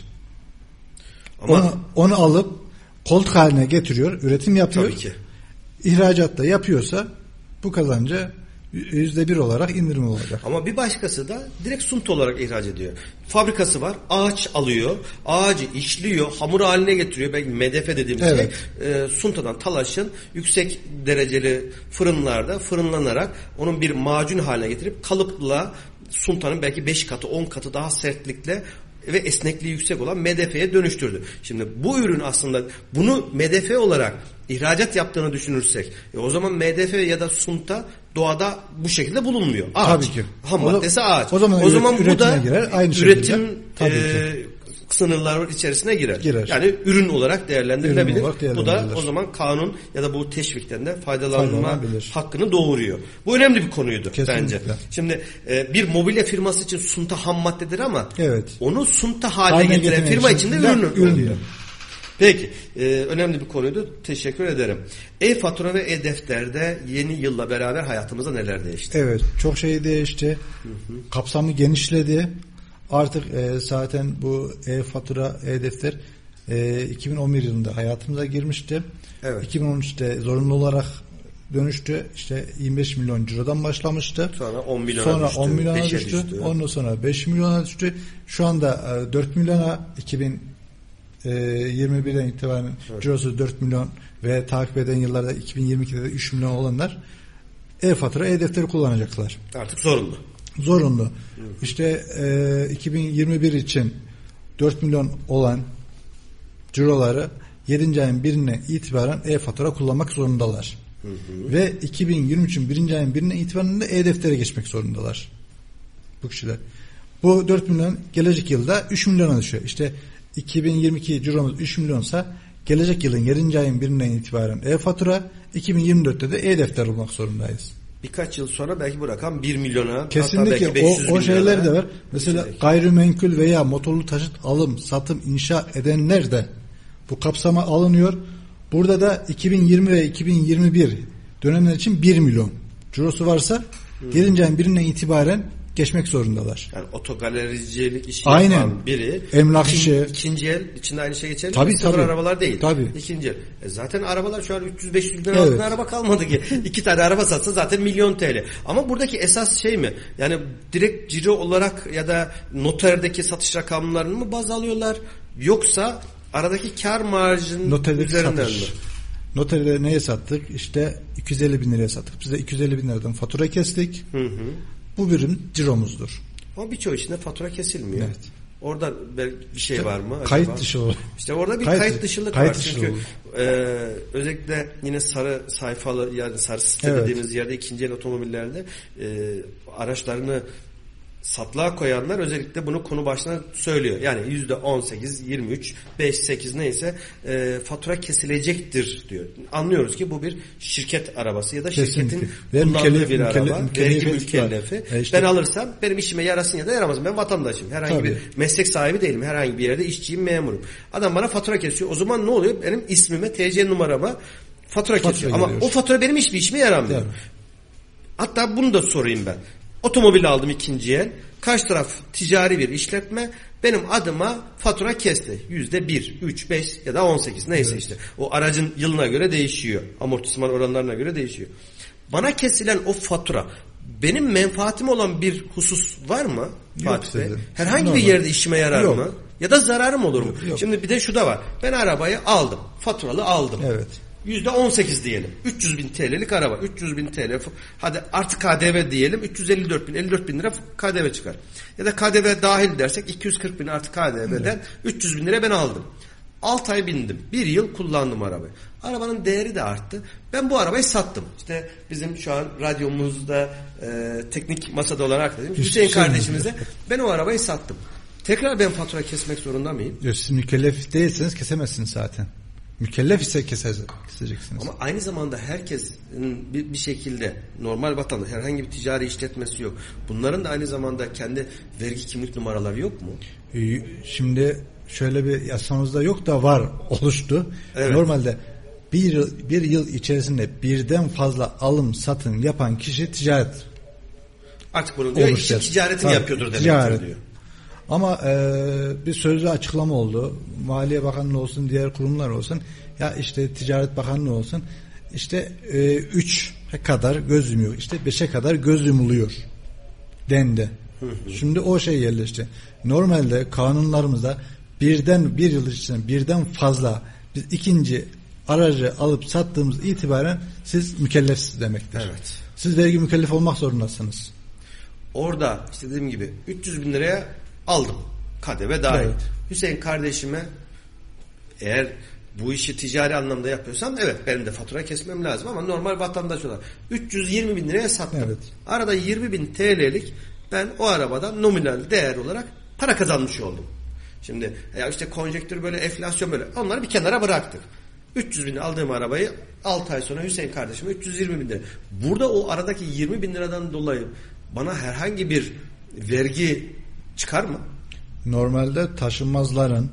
Ama onu alıp koltuk haline getiriyor, üretim yapıyor. Tabii ki. İhracatta yapıyorsa bu kazancı %1 olarak indirim olacak. Ama bir başkası da direkt sunta olarak ihraç ediyor. Fabrikası var, ağaç alıyor, ağacı işliyor, hamur haline getiriyor. Belki MDF dediğimiz şey suntadan talaşın yüksek dereceli fırınlarda fırınlanarak onun bir macun haline getirip kalıpla suntanın belki 5 katı 10 katı daha sertlikle ve esnekliği yüksek olan MDF'ye dönüştürdü. Şimdi bu ürün aslında bunu MDF olarak ihracat yaptığını düşünürsek o zaman MDF ya da sunta doğada bu şekilde bulunmuyor. Ağaç. Tabii ki. Ham maddesi ağaç. O zaman bu da girer, aynı üretim sınırları içerisine girer. Yani ürün olarak değerlendirilebilir. Bu da o zaman kanun ya da bu teşvikten de faydalanma hakkını doğuruyor. Bu önemli bir konuydu bence. Şimdi bir mobilya firması için sunta ham maddedir ama onu sunta haline getiren firma için de ürün oluyor. Peki, önemli bir konuydu. Teşekkür ederim. E-fatura ve e-defterde yeni yılla beraber hayatımızda neler değişti? Evet, çok şey değişti. Kapsamı genişledi. Artık zaten bu e-fatura, e-defter 2011 yılında hayatımıza girmişti. 2013'te zorunlu olarak dönüştü. İşte 25 milyon cirodan başlamıştı. Sonra 10 milyona düştü. Ondan sonra 5 milyona düştü. Şu anda 4 milyona 2021'den itibaren cirosu 4 milyon ve takip eden yıllarda 2022'de de 3 milyon olanlar e-fatura, e-defteri kullanacaklar. Artık zorunlu. İşte 2021 için 4 milyon olan ciroları 7. ayın 1'ine itibaren e-fatura kullanmak zorundalar. Ve 2023'ün 1. ayın 1'ine itibaren de e-deftere geçmek zorundalar. Bu kişiler. Bu 4 milyon gelecek yılda 3 milyona düşüyor. İşte 2022 ciromuz 3 milyonsa gelecek yılın 7. ayın 1'inden itibaren e-fatura, 2024'te de e-defter olmak zorundayız. Birkaç yıl sonra belki bu rakam 1 milyona, kesinlikle hatta belki 500 o şeyler de var. Mesela gayrimenkul veya motorlu taşıt alım, satım, inşa edenler de bu kapsama alınıyor. Burada da 2020 ve 2021 dönemler için 1 milyon cirosu varsa 7. ayın 1'inden itibaren geçmek zorundalar. Yani otogalericilik işi yapan yapan biri, emlak işi, ikinci el içinde aynı şey geçerli. Tabii. Arabalar değil. Tabii. İkinci el. Zaten arabalar şu an 300-500 bin altında araba kalmadı ki. 2 tane araba satsa zaten milyon TL. Ama buradaki esas şey mi? Yani direkt ciro olarak ya da noterdeki satış rakamlarını mı baz alıyorlar? Yoksa aradaki kar marjının üzerinden mi? Noterde neye sattık? İşte 250 bin liraya sattık. Biz de 250 bin liradan fatura kestik. Bu ürün ciromuzdur. Ama birçoğu içinde fatura kesilmiyor. Evet. Orada bir şey var mı? Kayıt acaba? dışı olur. İşte orada bir kayıt dışılık var. Çünkü özellikle yine sarı sayfalı yani sarı site dediğimiz yerde ikinci el otomobillerde araçlarını satlığa koyanlar özellikle bunu konu başına söylüyor. Yani %18, 23, 5, 8 neyse fatura kesilecektir diyor. Anlıyoruz ki bu bir şirket arabası ya da şirketin kullandığı bir araba. Vergi mükellefi. Ben alırsam benim işime yarasın ya da yaramasın. Ben vatandaşım. Herhangi bir meslek sahibi değilim. Herhangi bir yerde işçiyim, memurum. Adam bana fatura kesiyor. O zaman ne oluyor? Benim ismime, TC numarama fatura kesiyor. Ama o fatura benim hiçbir işime yaramıyor. Hatta bunu da sorayım ben. Otomobil aldım ikinci el. Karşı taraf ticari bir işletme. Benim adıma fatura kesti. %1, 3, 5 ya da 18 neyse işte. O aracın yılına göre değişiyor. Amortisman oranlarına göre değişiyor. Bana kesilen o fatura benim menfaatim olan bir husus var mı Fatih Bey? Herhangi bir yerde işime yarar mı? Ya da zararım olur mu? Yok. Şimdi bir de şu da var. Ben arabayı aldım. Faturalı aldım. Evet. %18 diyelim. 300 bin TL'lik araba. 300 bin TL. Hadi artı KDV diyelim. 354 bin, 54 bin lira KDV çıkar. Ya da KDV dahil dersek 240 bin artı KDV'den 300 bin lira ben aldım. 6 ay bindim. 1 yıl kullandım arabayı. Arabanın değeri de arttı. Ben bu arabayı sattım. İşte bizim şu an radyomuzda teknik masada olan arkadaşım Hüseyin kardeşimize ben o arabayı sattım. Tekrar ben fatura kesmek zorunda mıyım? Siz mükellef değilseniz kesemezsiniz zaten. Mükellef ise keseceksiniz. Ama aynı zamanda herkesin bir şekilde normal vatandaş herhangi bir ticari işletmesi yok. Bunların da aynı zamanda kendi vergi kimlik numaraları yok mu? Şimdi şöyle bir yasamızda yok da var oluştu. Evet. Normalde bir yıl içerisinde birden fazla alım satım yapan kişi ticaret. Artık bunu diyor işi ticaretini yapıyordur demektir diyor. Ama bir sözlü açıklama oldu. Maliye Bakanlığı olsun, diğer kurumlar olsun. Ya işte Ticaret Bakanlığı olsun. İşte 3 kadar göz yumuyor. İşte 5'e kadar göz yumuluyor dendi. Şimdi o şey yerleşti. Normalde kanunlarımızda bir yıl içinde birden fazla biz ikinci aracı alıp sattığımız itibaren siz mükellefsiniz demektir. Evet. Siz vergi mükellef olmak zorundasınız. Orada işte dediğim gibi 300 bin liraya aldım. KDV dahil. Evet. Hüseyin kardeşime eğer bu işi ticari anlamda yapıyorsam evet benim de fatura kesmem lazım ama normal vatandaş olarak 320 bin liraya sattım. Evet. Arada 20 bin TL'lik ben o arabadan nominal değer olarak para kazanmış oldum. Şimdi ya işte konjektür böyle, enflasyon böyle, onları bir kenara bıraktık. 300 bin aldığım arabayı 6 ay sonra Hüseyin kardeşime 320 bin lira. Burada o aradaki 20 bin liradan dolayı bana herhangi bir vergi çıkar mı? Normalde taşınmazların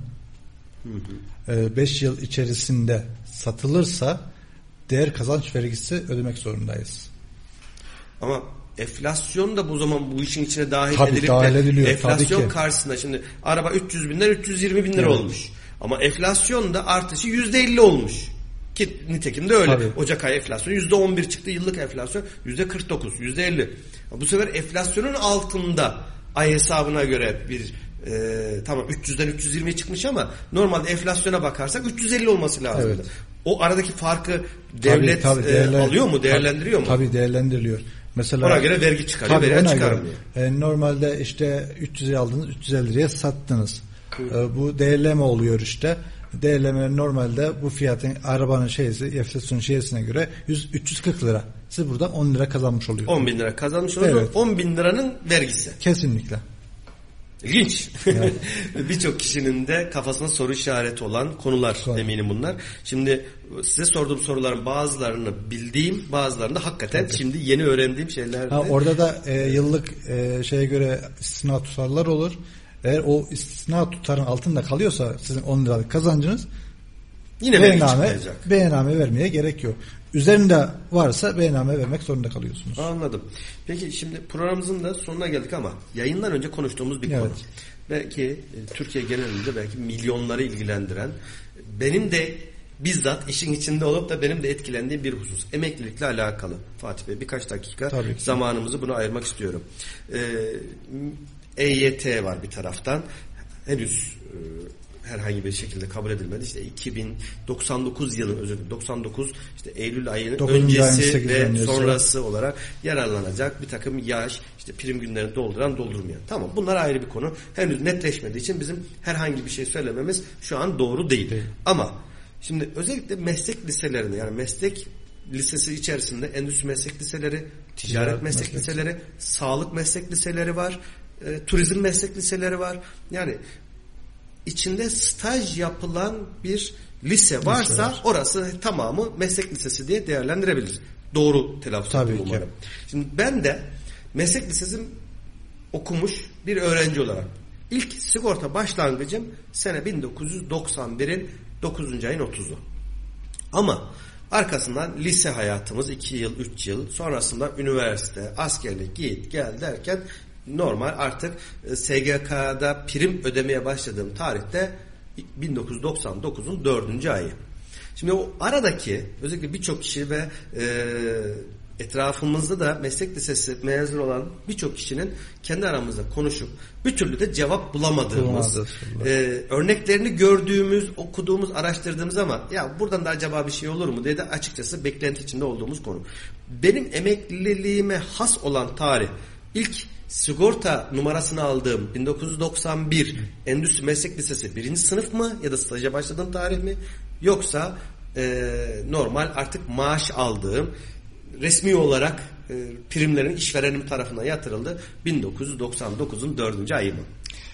5 yıl içerisinde satılırsa değer kazanç vergisi ödemek zorundayız. Ama enflasyon da bu zaman bu işin içine dahil Tabii, edilip dahil de ediliyor, enflasyon tabii ki. karşısında şimdi araba 300 bin lira 320 bin lira Evet. olmuş. Ama enflasyon da artışı %50 olmuş. Ki nitekim de öyle. Tabii. Ocak ayı enflasyon %11 çıktı. Yıllık enflasyon %49, %50. Bu sefer enflasyonun altında ay hesabına göre bir tamam 300'den 320'ye çıkmış ama normalde enflasyona bakarsak 350 olması lazım. Evet. O aradaki farkı devlet tabii, alıyor mu, değerlendiriyor mu? Tabii değerlendiriliyor. Mesela Ona göre vergi çıkarıyor veya çıkarmıyor. Normalde işte 300 liraya aldınız, 350 liraya sattınız. Bu değerleme oluyor işte. Değerleme normalde bu fiyatın arabanın enflasyon şeysine göre 340 lira. Siz burada 10 lira kazanmış oluyorsunuz. 10 bin lira kazanmış oluyor. Evet. 10 bin liranın vergisi. Kesinlikle. İlginç. Evet. Birçok kişinin de kafasına soru işareti olan konular eminim bunlar. Şimdi size sorduğum soruların bazılarını bildiğim, bazılarını da hakikaten şimdi yeni öğrendiğim şeylerdi. Orada da yıllık şeye göre istisna tutarlar olur. Eğer o istisna tutarın altında kalıyorsa sizin 10 liralık kazancınız yine vergi çıkmayacak. Beyanname vermeye gerek yok. Üzerinde varsa beyanname vermek zorunda kalıyorsunuz. Anladım. Peki şimdi programımızın da sonuna geldik ama yayından önce konuştuğumuz bir konu. Belki Türkiye genelinde belki milyonları ilgilendiren, benim de bizzat işin içinde olup da benim de etkilendiğim bir husus. Emeklilikle alakalı. Fatih Bey birkaç dakika zamanımızı buna ayırmak istiyorum. EYT var bir taraftan. Henüz herhangi bir şekilde kabul edilmedi. İşte 2099 yılı, özür dilerim, 99 işte Eylül ayının öncesi ve sonrası olarak yararlanacak bir takım yaş, işte prim günlerini dolduran, doldurmayan. Tamam, bunlar ayrı bir konu. Henüz netleşmediği için bizim herhangi bir şey söylememiz şu an doğru değil. Ama şimdi özellikle meslek liselerinde, yani meslek lisesi içerisinde endüstri meslek liseleri, ticaret meslek liseleri, sağlık meslek liseleri var, turizm meslek liseleri var. Yani içinde staj yapılan bir lise varsa orası tamamı meslek lisesi diye değerlendirebiliriz. Doğru telaffuz ettim umarım. Şimdi ben de meslek lisesi okumuş bir öğrenci olarak ilk sigorta başlangıcım sene 1991'in 9. ayın 30'u. Ama arkasından lise hayatımız 2 yıl, 3 yıl, sonrasında üniversite, askerlik, git gel derken normal artık SGK'da prim ödemeye başladığım tarihte 1999'un 4. ayı. Şimdi o aradaki özellikle birçok kişi ve etrafımızda da meslek lisesi mezun olan birçok kişinin kendi aramızda konuşup bir türlü de cevap bulamadığımız, örneklerini gördüğümüz, okuduğumuz, araştırdığımız ama ya buradan da acaba bir şey olur mu diye de açıkçası beklenti içinde olduğumuz konu. Benim emekliliğime has olan tarih, ilk sigorta numarasını aldığım 1991 Endüstri Meslek Lisesi 1. sınıf mı ya da staja başladığım tarih mi, yoksa normal artık maaş aldığım, resmi olarak primlerin işverenim tarafından yatırıldı 1999'un 4. ayı mı?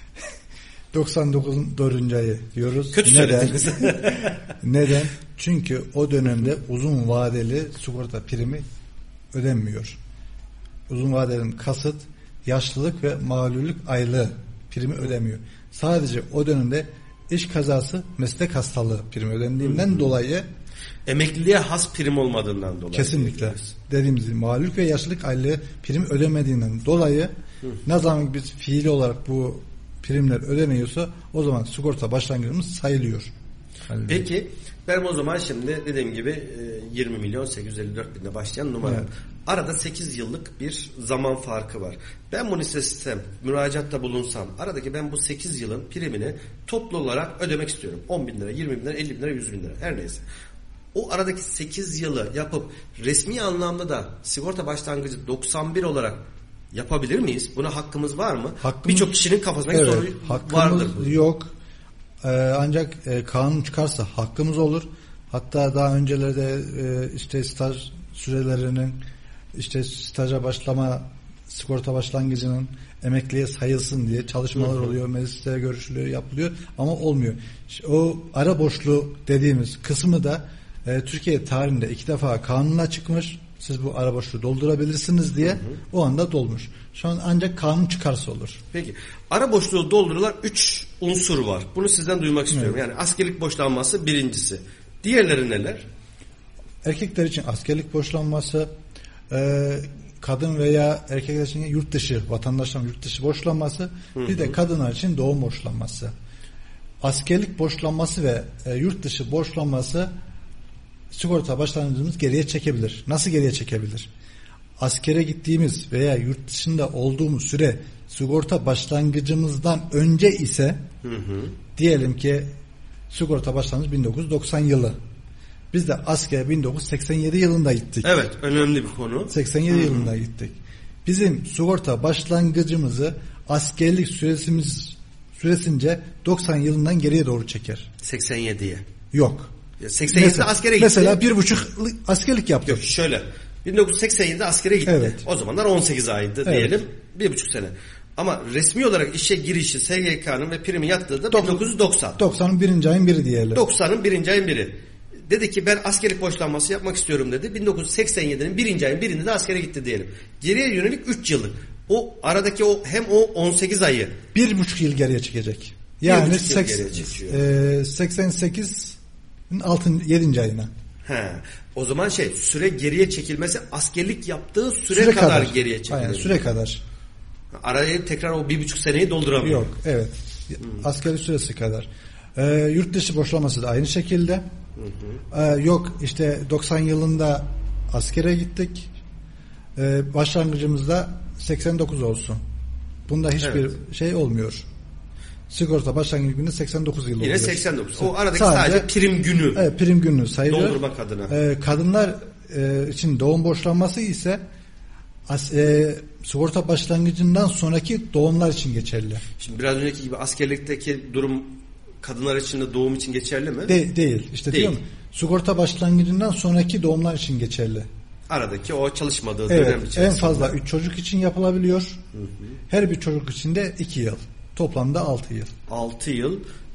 99'un 4. ayı diyoruz. Kötü söylediniz. Neden? Çünkü o dönemde uzun vadeli sigorta primi ödenmiyor. Uzun vadeli kasıt yaşlılık ve mağlulük aylığı primi ödemiyor. Sadece o dönemde iş kazası, meslek hastalığı primi ödendiğinden dolayı, emekliliğe has prim olmadığından dolayı. Kesinlikle. Dediğimiz gibi mağlulük ve yaşlılık aylığı prim ödemediğinden dolayı ne zaman biz fiili olarak bu primler ödeniyorsa o zaman sigorta başlangıcımız sayılıyor. Peki ben o zaman şimdi dediğim gibi 20 milyon 854 binde başlayan numara. Evet. Arada 8 yıllık bir zaman farkı var. Ben bunu istesem, müracaatta bulunsam, aradaki ben bu 8 yılın primini toplu olarak ödemek istiyorum. 10 bin lira, 20 bin lira, 50 bin lira, 100 bin lira her neyse. O aradaki 8 yılı yapıp resmi anlamda da sigorta başlangıcı 91 olarak yapabilir miyiz? Buna hakkımız var mı? Birçok kişinin kafasındaki soru vardır. Yok. Ancak kanun çıkarsa hakkımız olur. Hatta daha öncelerde işte staj sürelerinin, işte staja başlama, sigorta başlangıcının emekliye sayılsın diye çalışmalar oluyor, mecliste görüşülüyor, yapılıyor ama olmuyor. İşte o ara boşluğu dediğimiz kısmı da Türkiye tarihinde 2 defa kanunla çıkmış. Siz bu ara boşluğu doldurabilirsiniz diye o anda dolmuş. Şu an ancak kanun çıkarsa olur. Peki. Ara boşluğu doldurulan 3 unsur var. Bunu sizden duymak istiyorum. Evet. Yani askerlik boşlanması birincisi. Diğerleri neler? Erkekler için askerlik boşlanması, kadın veya erkekler için yurt dışı, vatandaşların yurt dışı boşlanması, bir de kadınlar için doğum boşlanması. Askerlik boşlanması ve yurt dışı boşlanması sigorta başlangıcımız geriye çekebilir. Nasıl geriye çekebilir? Askere gittiğimiz veya yurt dışında olduğumuz süre sigorta başlangıcımızdan önce ise diyelim ki sigorta başlangıcı 1990 yılı. Biz de askere 1987 yılında gittik. Evet, önemli bir konu. 87 yılında gittik. Bizim sigorta başlangıcımızı askerlik süresince 90 yılından geriye doğru çeker. 87'ye. Yok. 87'de askere gitti. Mesela 1,5 askerlik yaptık. Yok şöyle. 1987'de askere gitti. Evet. O zamanlar 18 aydı diyelim. 1,5 sene. Ama resmi olarak işe girişi SGK'nın ve primi yattığı da 1990. 90'ın 1. ayın 1'i diyelim. 90'ın 1. ayın 1'i. Dedi ki ben askerlik boşlanması yapmak istiyorum dedi. 1987'nin 1. ayın 1'inde de askere gitti diyelim. Geriye yönelik 3 yıllık. O aradaki hem o 18 ayı 1,5 yıl geriye çekecek. Yani 88'in 7. ayına. O zaman süre geriye çekilmesi askerlik yaptığı süre kadar geriye çekilir. Aynen, süre kadar. Araya tekrar o 1,5 seneyi dolduramıyor. Yok, evet. Askerlik süresi kadar. Yurt dışı boşlaması da aynı şekilde. Yok işte 90 yılında askere gittik. Başlangıcımızda 89 olsun. Bunda hiçbir şey olmuyor. Sigorta başlangıç günü 89 yıl oluyor. Yine 89. O aradaki sadece prim günü. Evet, prim günü sayılır. Doldurmak adına. Kadınlar için doğum boşlanması ise sigorta başlangıcından sonraki doğumlar için geçerli. Şimdi biraz önceki gibi askerlikteki durum kadınlar için de doğum için geçerli mi? Değil. İşte değil. Diyorum, sigorta başlangıcından sonraki doğumlar için geçerli. Aradaki o çalışmadığı dönem içerisinde. En fazla 3 çocuk için yapılabiliyor. Her bir çocuk için de 2 yıl. Toplamda 6 yıl. 6 yıl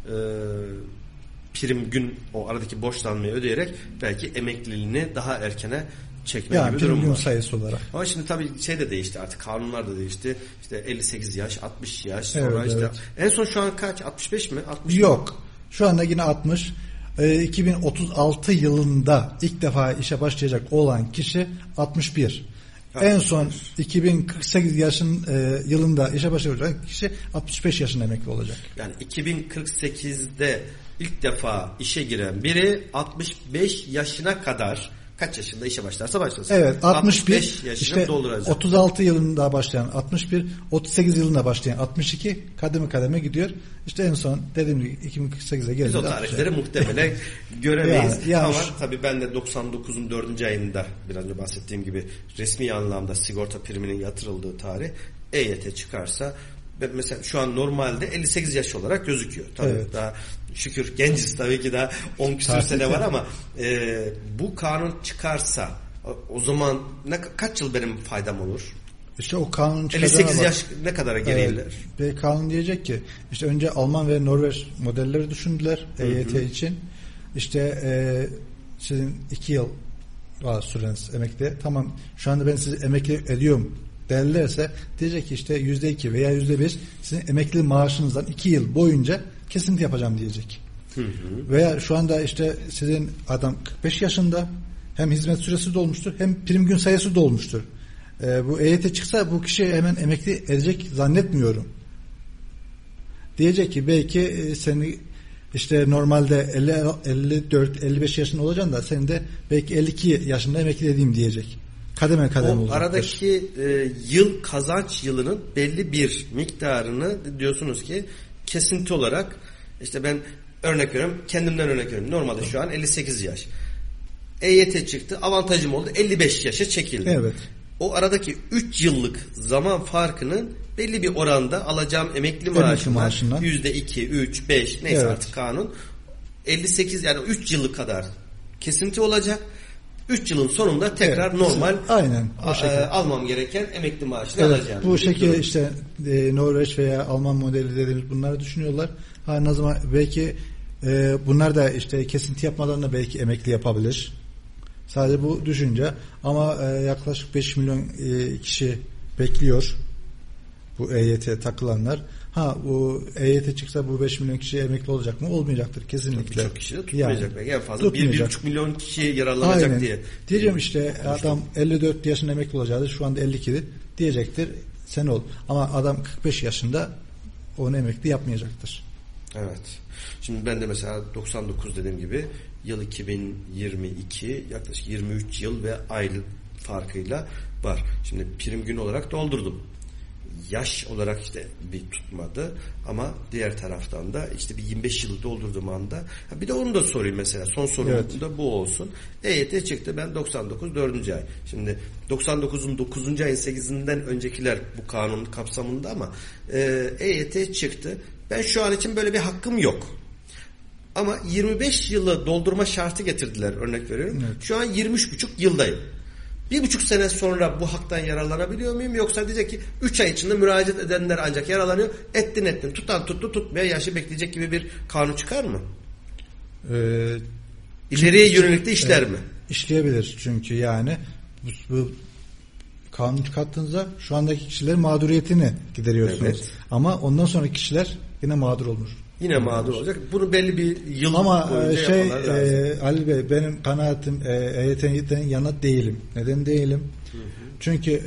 prim gün o aradaki borçlanmayı ödeyerek belki emekliliğini daha erkene çekme gibi durum var. Prim gün sayısı olarak. Ama şimdi tabii de değişti artık. Kanunlar da değişti. İşte 58 yaş, 60 yaş sonra evet. En son şu an kaç? 65 mi? 60 Yok. Mi? Şu anda yine 60. 2036 yılında ilk defa işe başlayacak olan kişi 61. En son 2048 yılında işe başlayacak kişi 65 yaşında emekli olacak. Yani 2048'de ilk defa işe giren biri 65 yaşına kadar kaç yaşında işe başlarsa başlasın. Evet, 65 yaşını işte dolduracak. 36 yılında başlayan 61, 38 yılında başlayan 62 kademe gidiyor. İşte en son dediğim gibi 2048'e gelince. Biz o tarihleri muhtemelen göremeyiz. Ama tabii ben de 99'un 4. ayında biraz önce bahsettiğim gibi resmi anlamda sigorta priminin yatırıldığı tarih EYT çıkarsa mesela şu an normalde 58 yaş olarak gözüküyor. Tabii evet. Daha şükür genciz tabii ki daha 10 küsur sene var ama bu kanun çıkarsa o zaman kaç yıl benim faydam olur? İşte o kanun 58 yaş ne kadara geriler? Ve kanun diyecek ki işte önce Alman ve Norveç modelleri düşündüler EYT için. İşte sizin 2 yıl var süreniz emekli. Tamam şu anda ben sizi emekli ediyorum derlerse diyecek ki işte %2 veya %5 sizin emekli maaşınızdan 2 yıl boyunca kesinti yapacağım diyecek. Veya şu anda işte sizin adam 45 yaşında hem hizmet süresi dolmuştur hem prim gün sayısı dolmuştur. Bu EYT çıksa bu kişi hemen emekli edecek zannetmiyorum. Diyecek ki belki seni işte normalde 54-55 yaşında olacaksın da senin de belki 52 yaşında emekli edeyim diyecek. Kademe kademe olacak. Aradaki yıl kazanç yılının belli bir miktarını diyorsunuz ki kesinti olarak işte ben örnek veriyorum, kendimden örnek veriyorum. Normalde şu an 58 yaş. EYT çıktı, avantajım oldu, 55 yaşa çekildi. Evet. O aradaki 3 yıllık zaman farkının belli bir oranda alacağım emekli maaşından %2, 3, 5 neyse evet. Artık kanun 58 yani 3 yıllık kadar kesinti olacak. 3 yılın sonunda tekrar evet, normal aynen, almam gereken emekli maaşını evet, alacağım. Bu şekilde işte Norveç veya Alman modeli dediğimiz bunları düşünüyorlar. Ne zaman belki bunlar da işte kesinti yapmadan da belki emekli yapabilir. Sadece bu düşünce ama yaklaşık 5 milyon kişi bekliyor bu EYT takılanlar. Bu EYT çıksa bu 5 milyon kişi emekli olacak mı? Olmayacaktır kesinlikle. Çok kişi de tutmayacak. Yani en fazla 1,5 milyon kişi yararlanacak aynen. Diye. Diyeceğim işte adam 54 yaşında emekli olacaktır. Şu anda 52'dir. Diyecektir. Sen ol. Ama adam 45 yaşında onu emekli yapmayacaktır. Evet. Şimdi ben de mesela 99 dediğim gibi yıl 2022 yaklaşık 23 yıl ve aylık farkıyla var. Şimdi prim gün olarak doldurdum. Yaş olarak işte bir tutmadı ama diğer taraftan da işte bir 25 yılı doldurduğum anda bir de onu da sorayım mesela son sorum evet. Da bu olsun. EYT çıktı ben 99 4. ay. Şimdi 99'un 9. ayın 8'inden öncekiler bu kanun kapsamında ama EYT çıktı. Ben şu an için böyle bir hakkım yok. Ama 25 yılı doldurma şartı getirdiler örnek veriyorum. Evet. Şu an 23,5 yıldayım. 1,5 sene sonra bu haktan yararlanabiliyor muyum? Yoksa diyecek ki 3 ay içinde müracaat edenler ancak yararlanıyor. Ettin. Tutan tuttu tutmaya yaşı bekleyecek gibi bir kanun çıkar mı? İleriye yönelik de işler mi? İşleyebilir çünkü yani bu kanun çıkarttığınızda şu andaki kişilerin mağduriyetini gideriyorsunuz. Evet. Ama ondan sonraki kişiler yine mağdur olur. Yine mağdur olacak. Bunu belli bir yıl ama Ali Bey benim kanaatim EYT'nin yana değilim. Neden değilim? Hı. Çünkü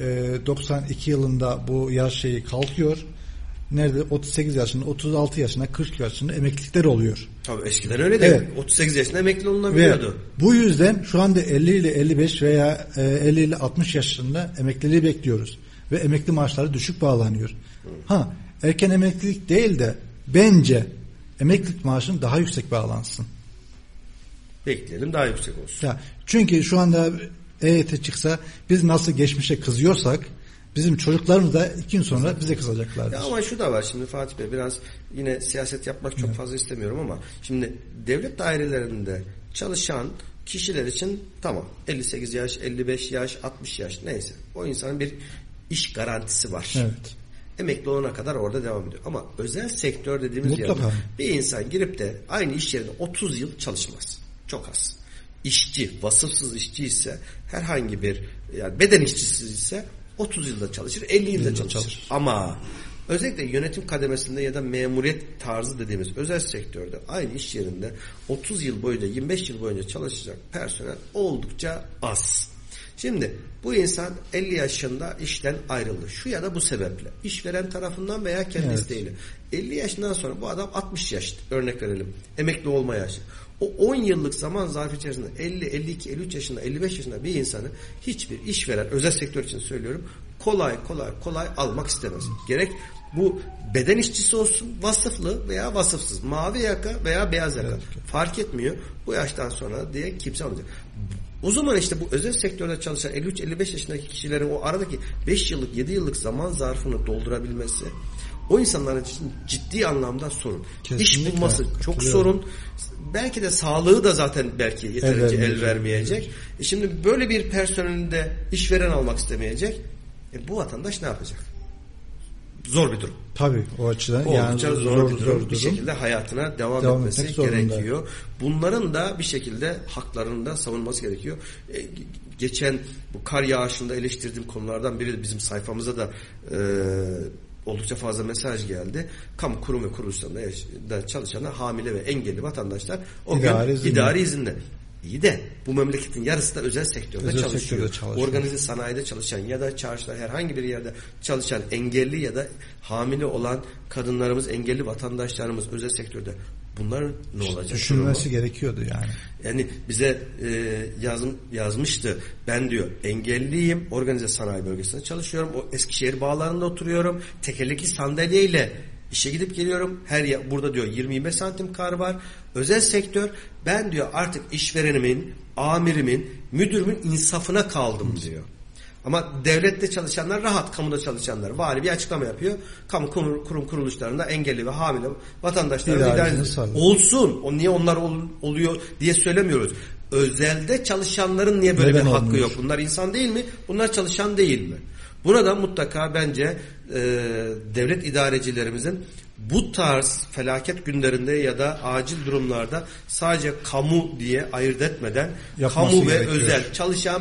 92 yılında bu yaş şeyi kalkıyor. Nerede? 38 yaşında, 36 yaşında, 40 yaşında emeklilikler oluyor. Tabii eskiden öyle değil. Evet. 38 yaşında emekli olunabiliyordu. Ve bu yüzden şu anda 50 ile 55 veya 50 ile 60 yaşında emekliliği bekliyoruz. Ve emekli maaşları düşük bağlanıyor. Hı. Erken emeklilik değil de bence emeklilik maaşının daha yüksek bağlansın. Bekleyelim daha yüksek olsun. Ya, çünkü şu anda EYT çıksa biz nasıl geçmişe kızıyorsak bizim çocuklarımız da 2 gün sonra bize kızacaklardır. Ya ama şu da var şimdi Fatih Bey biraz yine siyaset yapmak çok fazla istemiyorum ama şimdi devlet dairelerinde çalışan kişiler için tamam 58 yaş, 55 yaş, 60 yaş neyse o insanın bir iş garantisi var. Evet. Emekli olana kadar orada devam ediyor. Ama özel sektör dediğimiz yerde bir insan girip de aynı iş yerinde 30 yıl çalışmaz. Çok az. İşçi, vasıfsız işçi ise herhangi bir yani beden işçisi ise 30 yılda çalışır, 50 yılda çalışır. Ama özellikle yönetim kademesinde ya da memuriyet tarzı dediğimiz özel sektörde aynı iş yerinde 30 yıl boyunca 25 yıl boyunca çalışacak personel oldukça az. Şimdi bu insan 50 yaşında işten ayrıldı. Şu ya da bu sebeple. İşveren tarafından veya kendi isteğiyle. 50 yaşından sonra bu adam 60 yaş örnek verelim. Emekli olma yaşı. O 10 yıllık zaman zarfı içerisinde 50, 52, 53 yaşında, 55 yaşında bir insanı hiçbir işveren, özel sektör için söylüyorum, kolay almak istemez. Gerek bu beden işçisi olsun, vasıflı veya vasıfsız, mavi yaka veya beyaz yaka. Evet. Fark etmiyor. Bu yaştan sonra diye kimse almayacak. O zaman işte bu özel sektörde çalışan 53-55 yaşındaki kişilerin o aradaki 5 yıllık 7 yıllık zaman zarfını doldurabilmesi o insanların için ciddi anlamda sorun. Kesinlikle. İş bulması çok sorun. Belki de sağlığı da zaten belki yeterince el vermeyecek. Şimdi böyle bir personelin de işveren almak istemeyecek. Bu vatandaş ne yapacak? Zor bir durum. Tabii o açıdan yani zor bir durum. Bir şekilde hayatına devam etmesi gerekiyor. Bunların da bir şekilde haklarını da savunması gerekiyor. Geçen bu kar yağışında eleştirdiğim konulardan biri de bizim sayfamıza da oldukça fazla mesaj geldi. Kamu kurum ve kuruluşlarında çalışan hamile ve engelli vatandaşlar o gün idari izinle. İyi de bu memleketin yarısı da özel sektörde çalışıyor. Organize sanayide çalışan ya da çarşıda herhangi bir yerde çalışan engelli ya da hamile olan kadınlarımız, engelli vatandaşlarımız özel sektörde bunlar ne olacak? Düşünülmesi gerekiyordu yani. Yani bize yazmıştı. Ben diyor engelliyim. Organize sanayi bölgesinde çalışıyorum. O Eskişehir bağlarında oturuyorum. Tekerlekli sandalyeyle işe gidip geliyorum. Burada diyor 20-25 santim kar var. Özel sektör. Ben diyor artık işverenimin, amirimin, müdürümün insafına kaldım diyor. Ama devlette çalışanlar rahat, kamuda çalışanlar. Vali bir açıklama yapıyor. Kamu kurum kuruluşlarında engelli ve hamile vatandaşlarımız olsun. Niye onlar oluyor diye söylemiyoruz. Özelde çalışanların niye böyle bir hakkı yok? Bunlar insan değil mi? Bunlar çalışan değil mi? Buna da mutlaka bence devlet idarecilerimizin bu tarz felaket günlerinde ya da acil durumlarda sadece kamu diye ayırt etmeden yapması kamu gerekiyor. Ve özel çalışan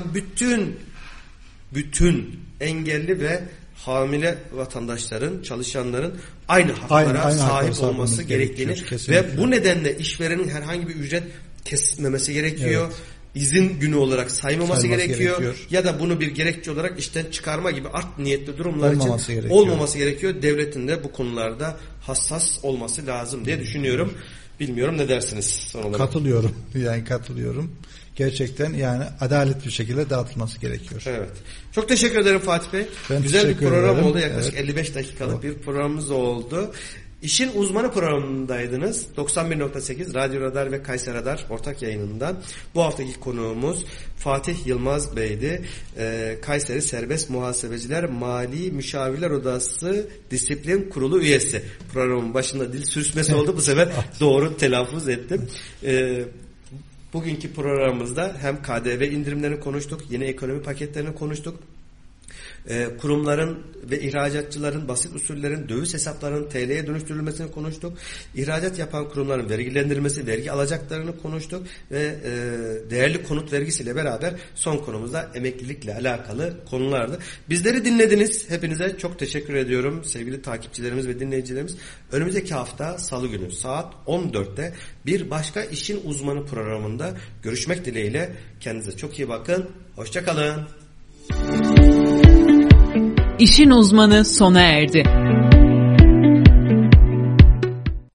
bütün engelli ve hamile vatandaşların, çalışanların aynı haklara sahip olması gerektiğini ve bu nedenle işverenin herhangi bir ücret kesmemesi gerekiyor. Evet. İzin günü olarak saymaması gerekiyor. Ya da bunu bir gerekçe olarak işten çıkarma gibi art niyetli durumlar olmaması gerekiyor. Devletin de bu konularda hassas olması lazım diye düşünüyorum. Bilmiyorum ne dersiniz son olarak? Katılıyorum. Gerçekten yani adaletli bir şekilde dağıtılması gerekiyor. Evet. Çok teşekkür ederim Fatih Bey. Güzel bir program oldu. Yaklaşık 55 dakikalık bir programımız oldu. İşin Uzmanı programındaydınız. 91.8 Radyo Radar ve Kayseri Radar ortak yayınından. Bu haftaki konuğumuz Fatih Yılmaz Bey'di. Kayseri Serbest Muhasebeciler Mali Müşavirler Odası Disiplin Kurulu üyesi. Programın başında dil sürçmesi oldu. Bu sefer doğru telaffuz ettim. Bugünkü programımızda hem KDV indirimlerini konuştuk, yeni ekonomi paketlerini konuştuk. Kurumların ve ihracatçıların basit usullerin döviz hesaplarının TL'ye dönüştürülmesini konuştuk. İhracat yapan kurumların vergilendirilmesi, vergi alacaklarını konuştuk ve değerli konut vergisiyle beraber son konumuzda emeklilikle alakalı konulardı. Bizleri dinlediniz. Hepinize çok teşekkür ediyorum sevgili takipçilerimiz ve dinleyicilerimiz. Önümüzdeki hafta Salı günü saat 14'te bir başka İşin Uzmanı programında görüşmek dileğiyle. Kendinize çok iyi bakın. Hoşça kalın. İşin Uzmanı sona erdi.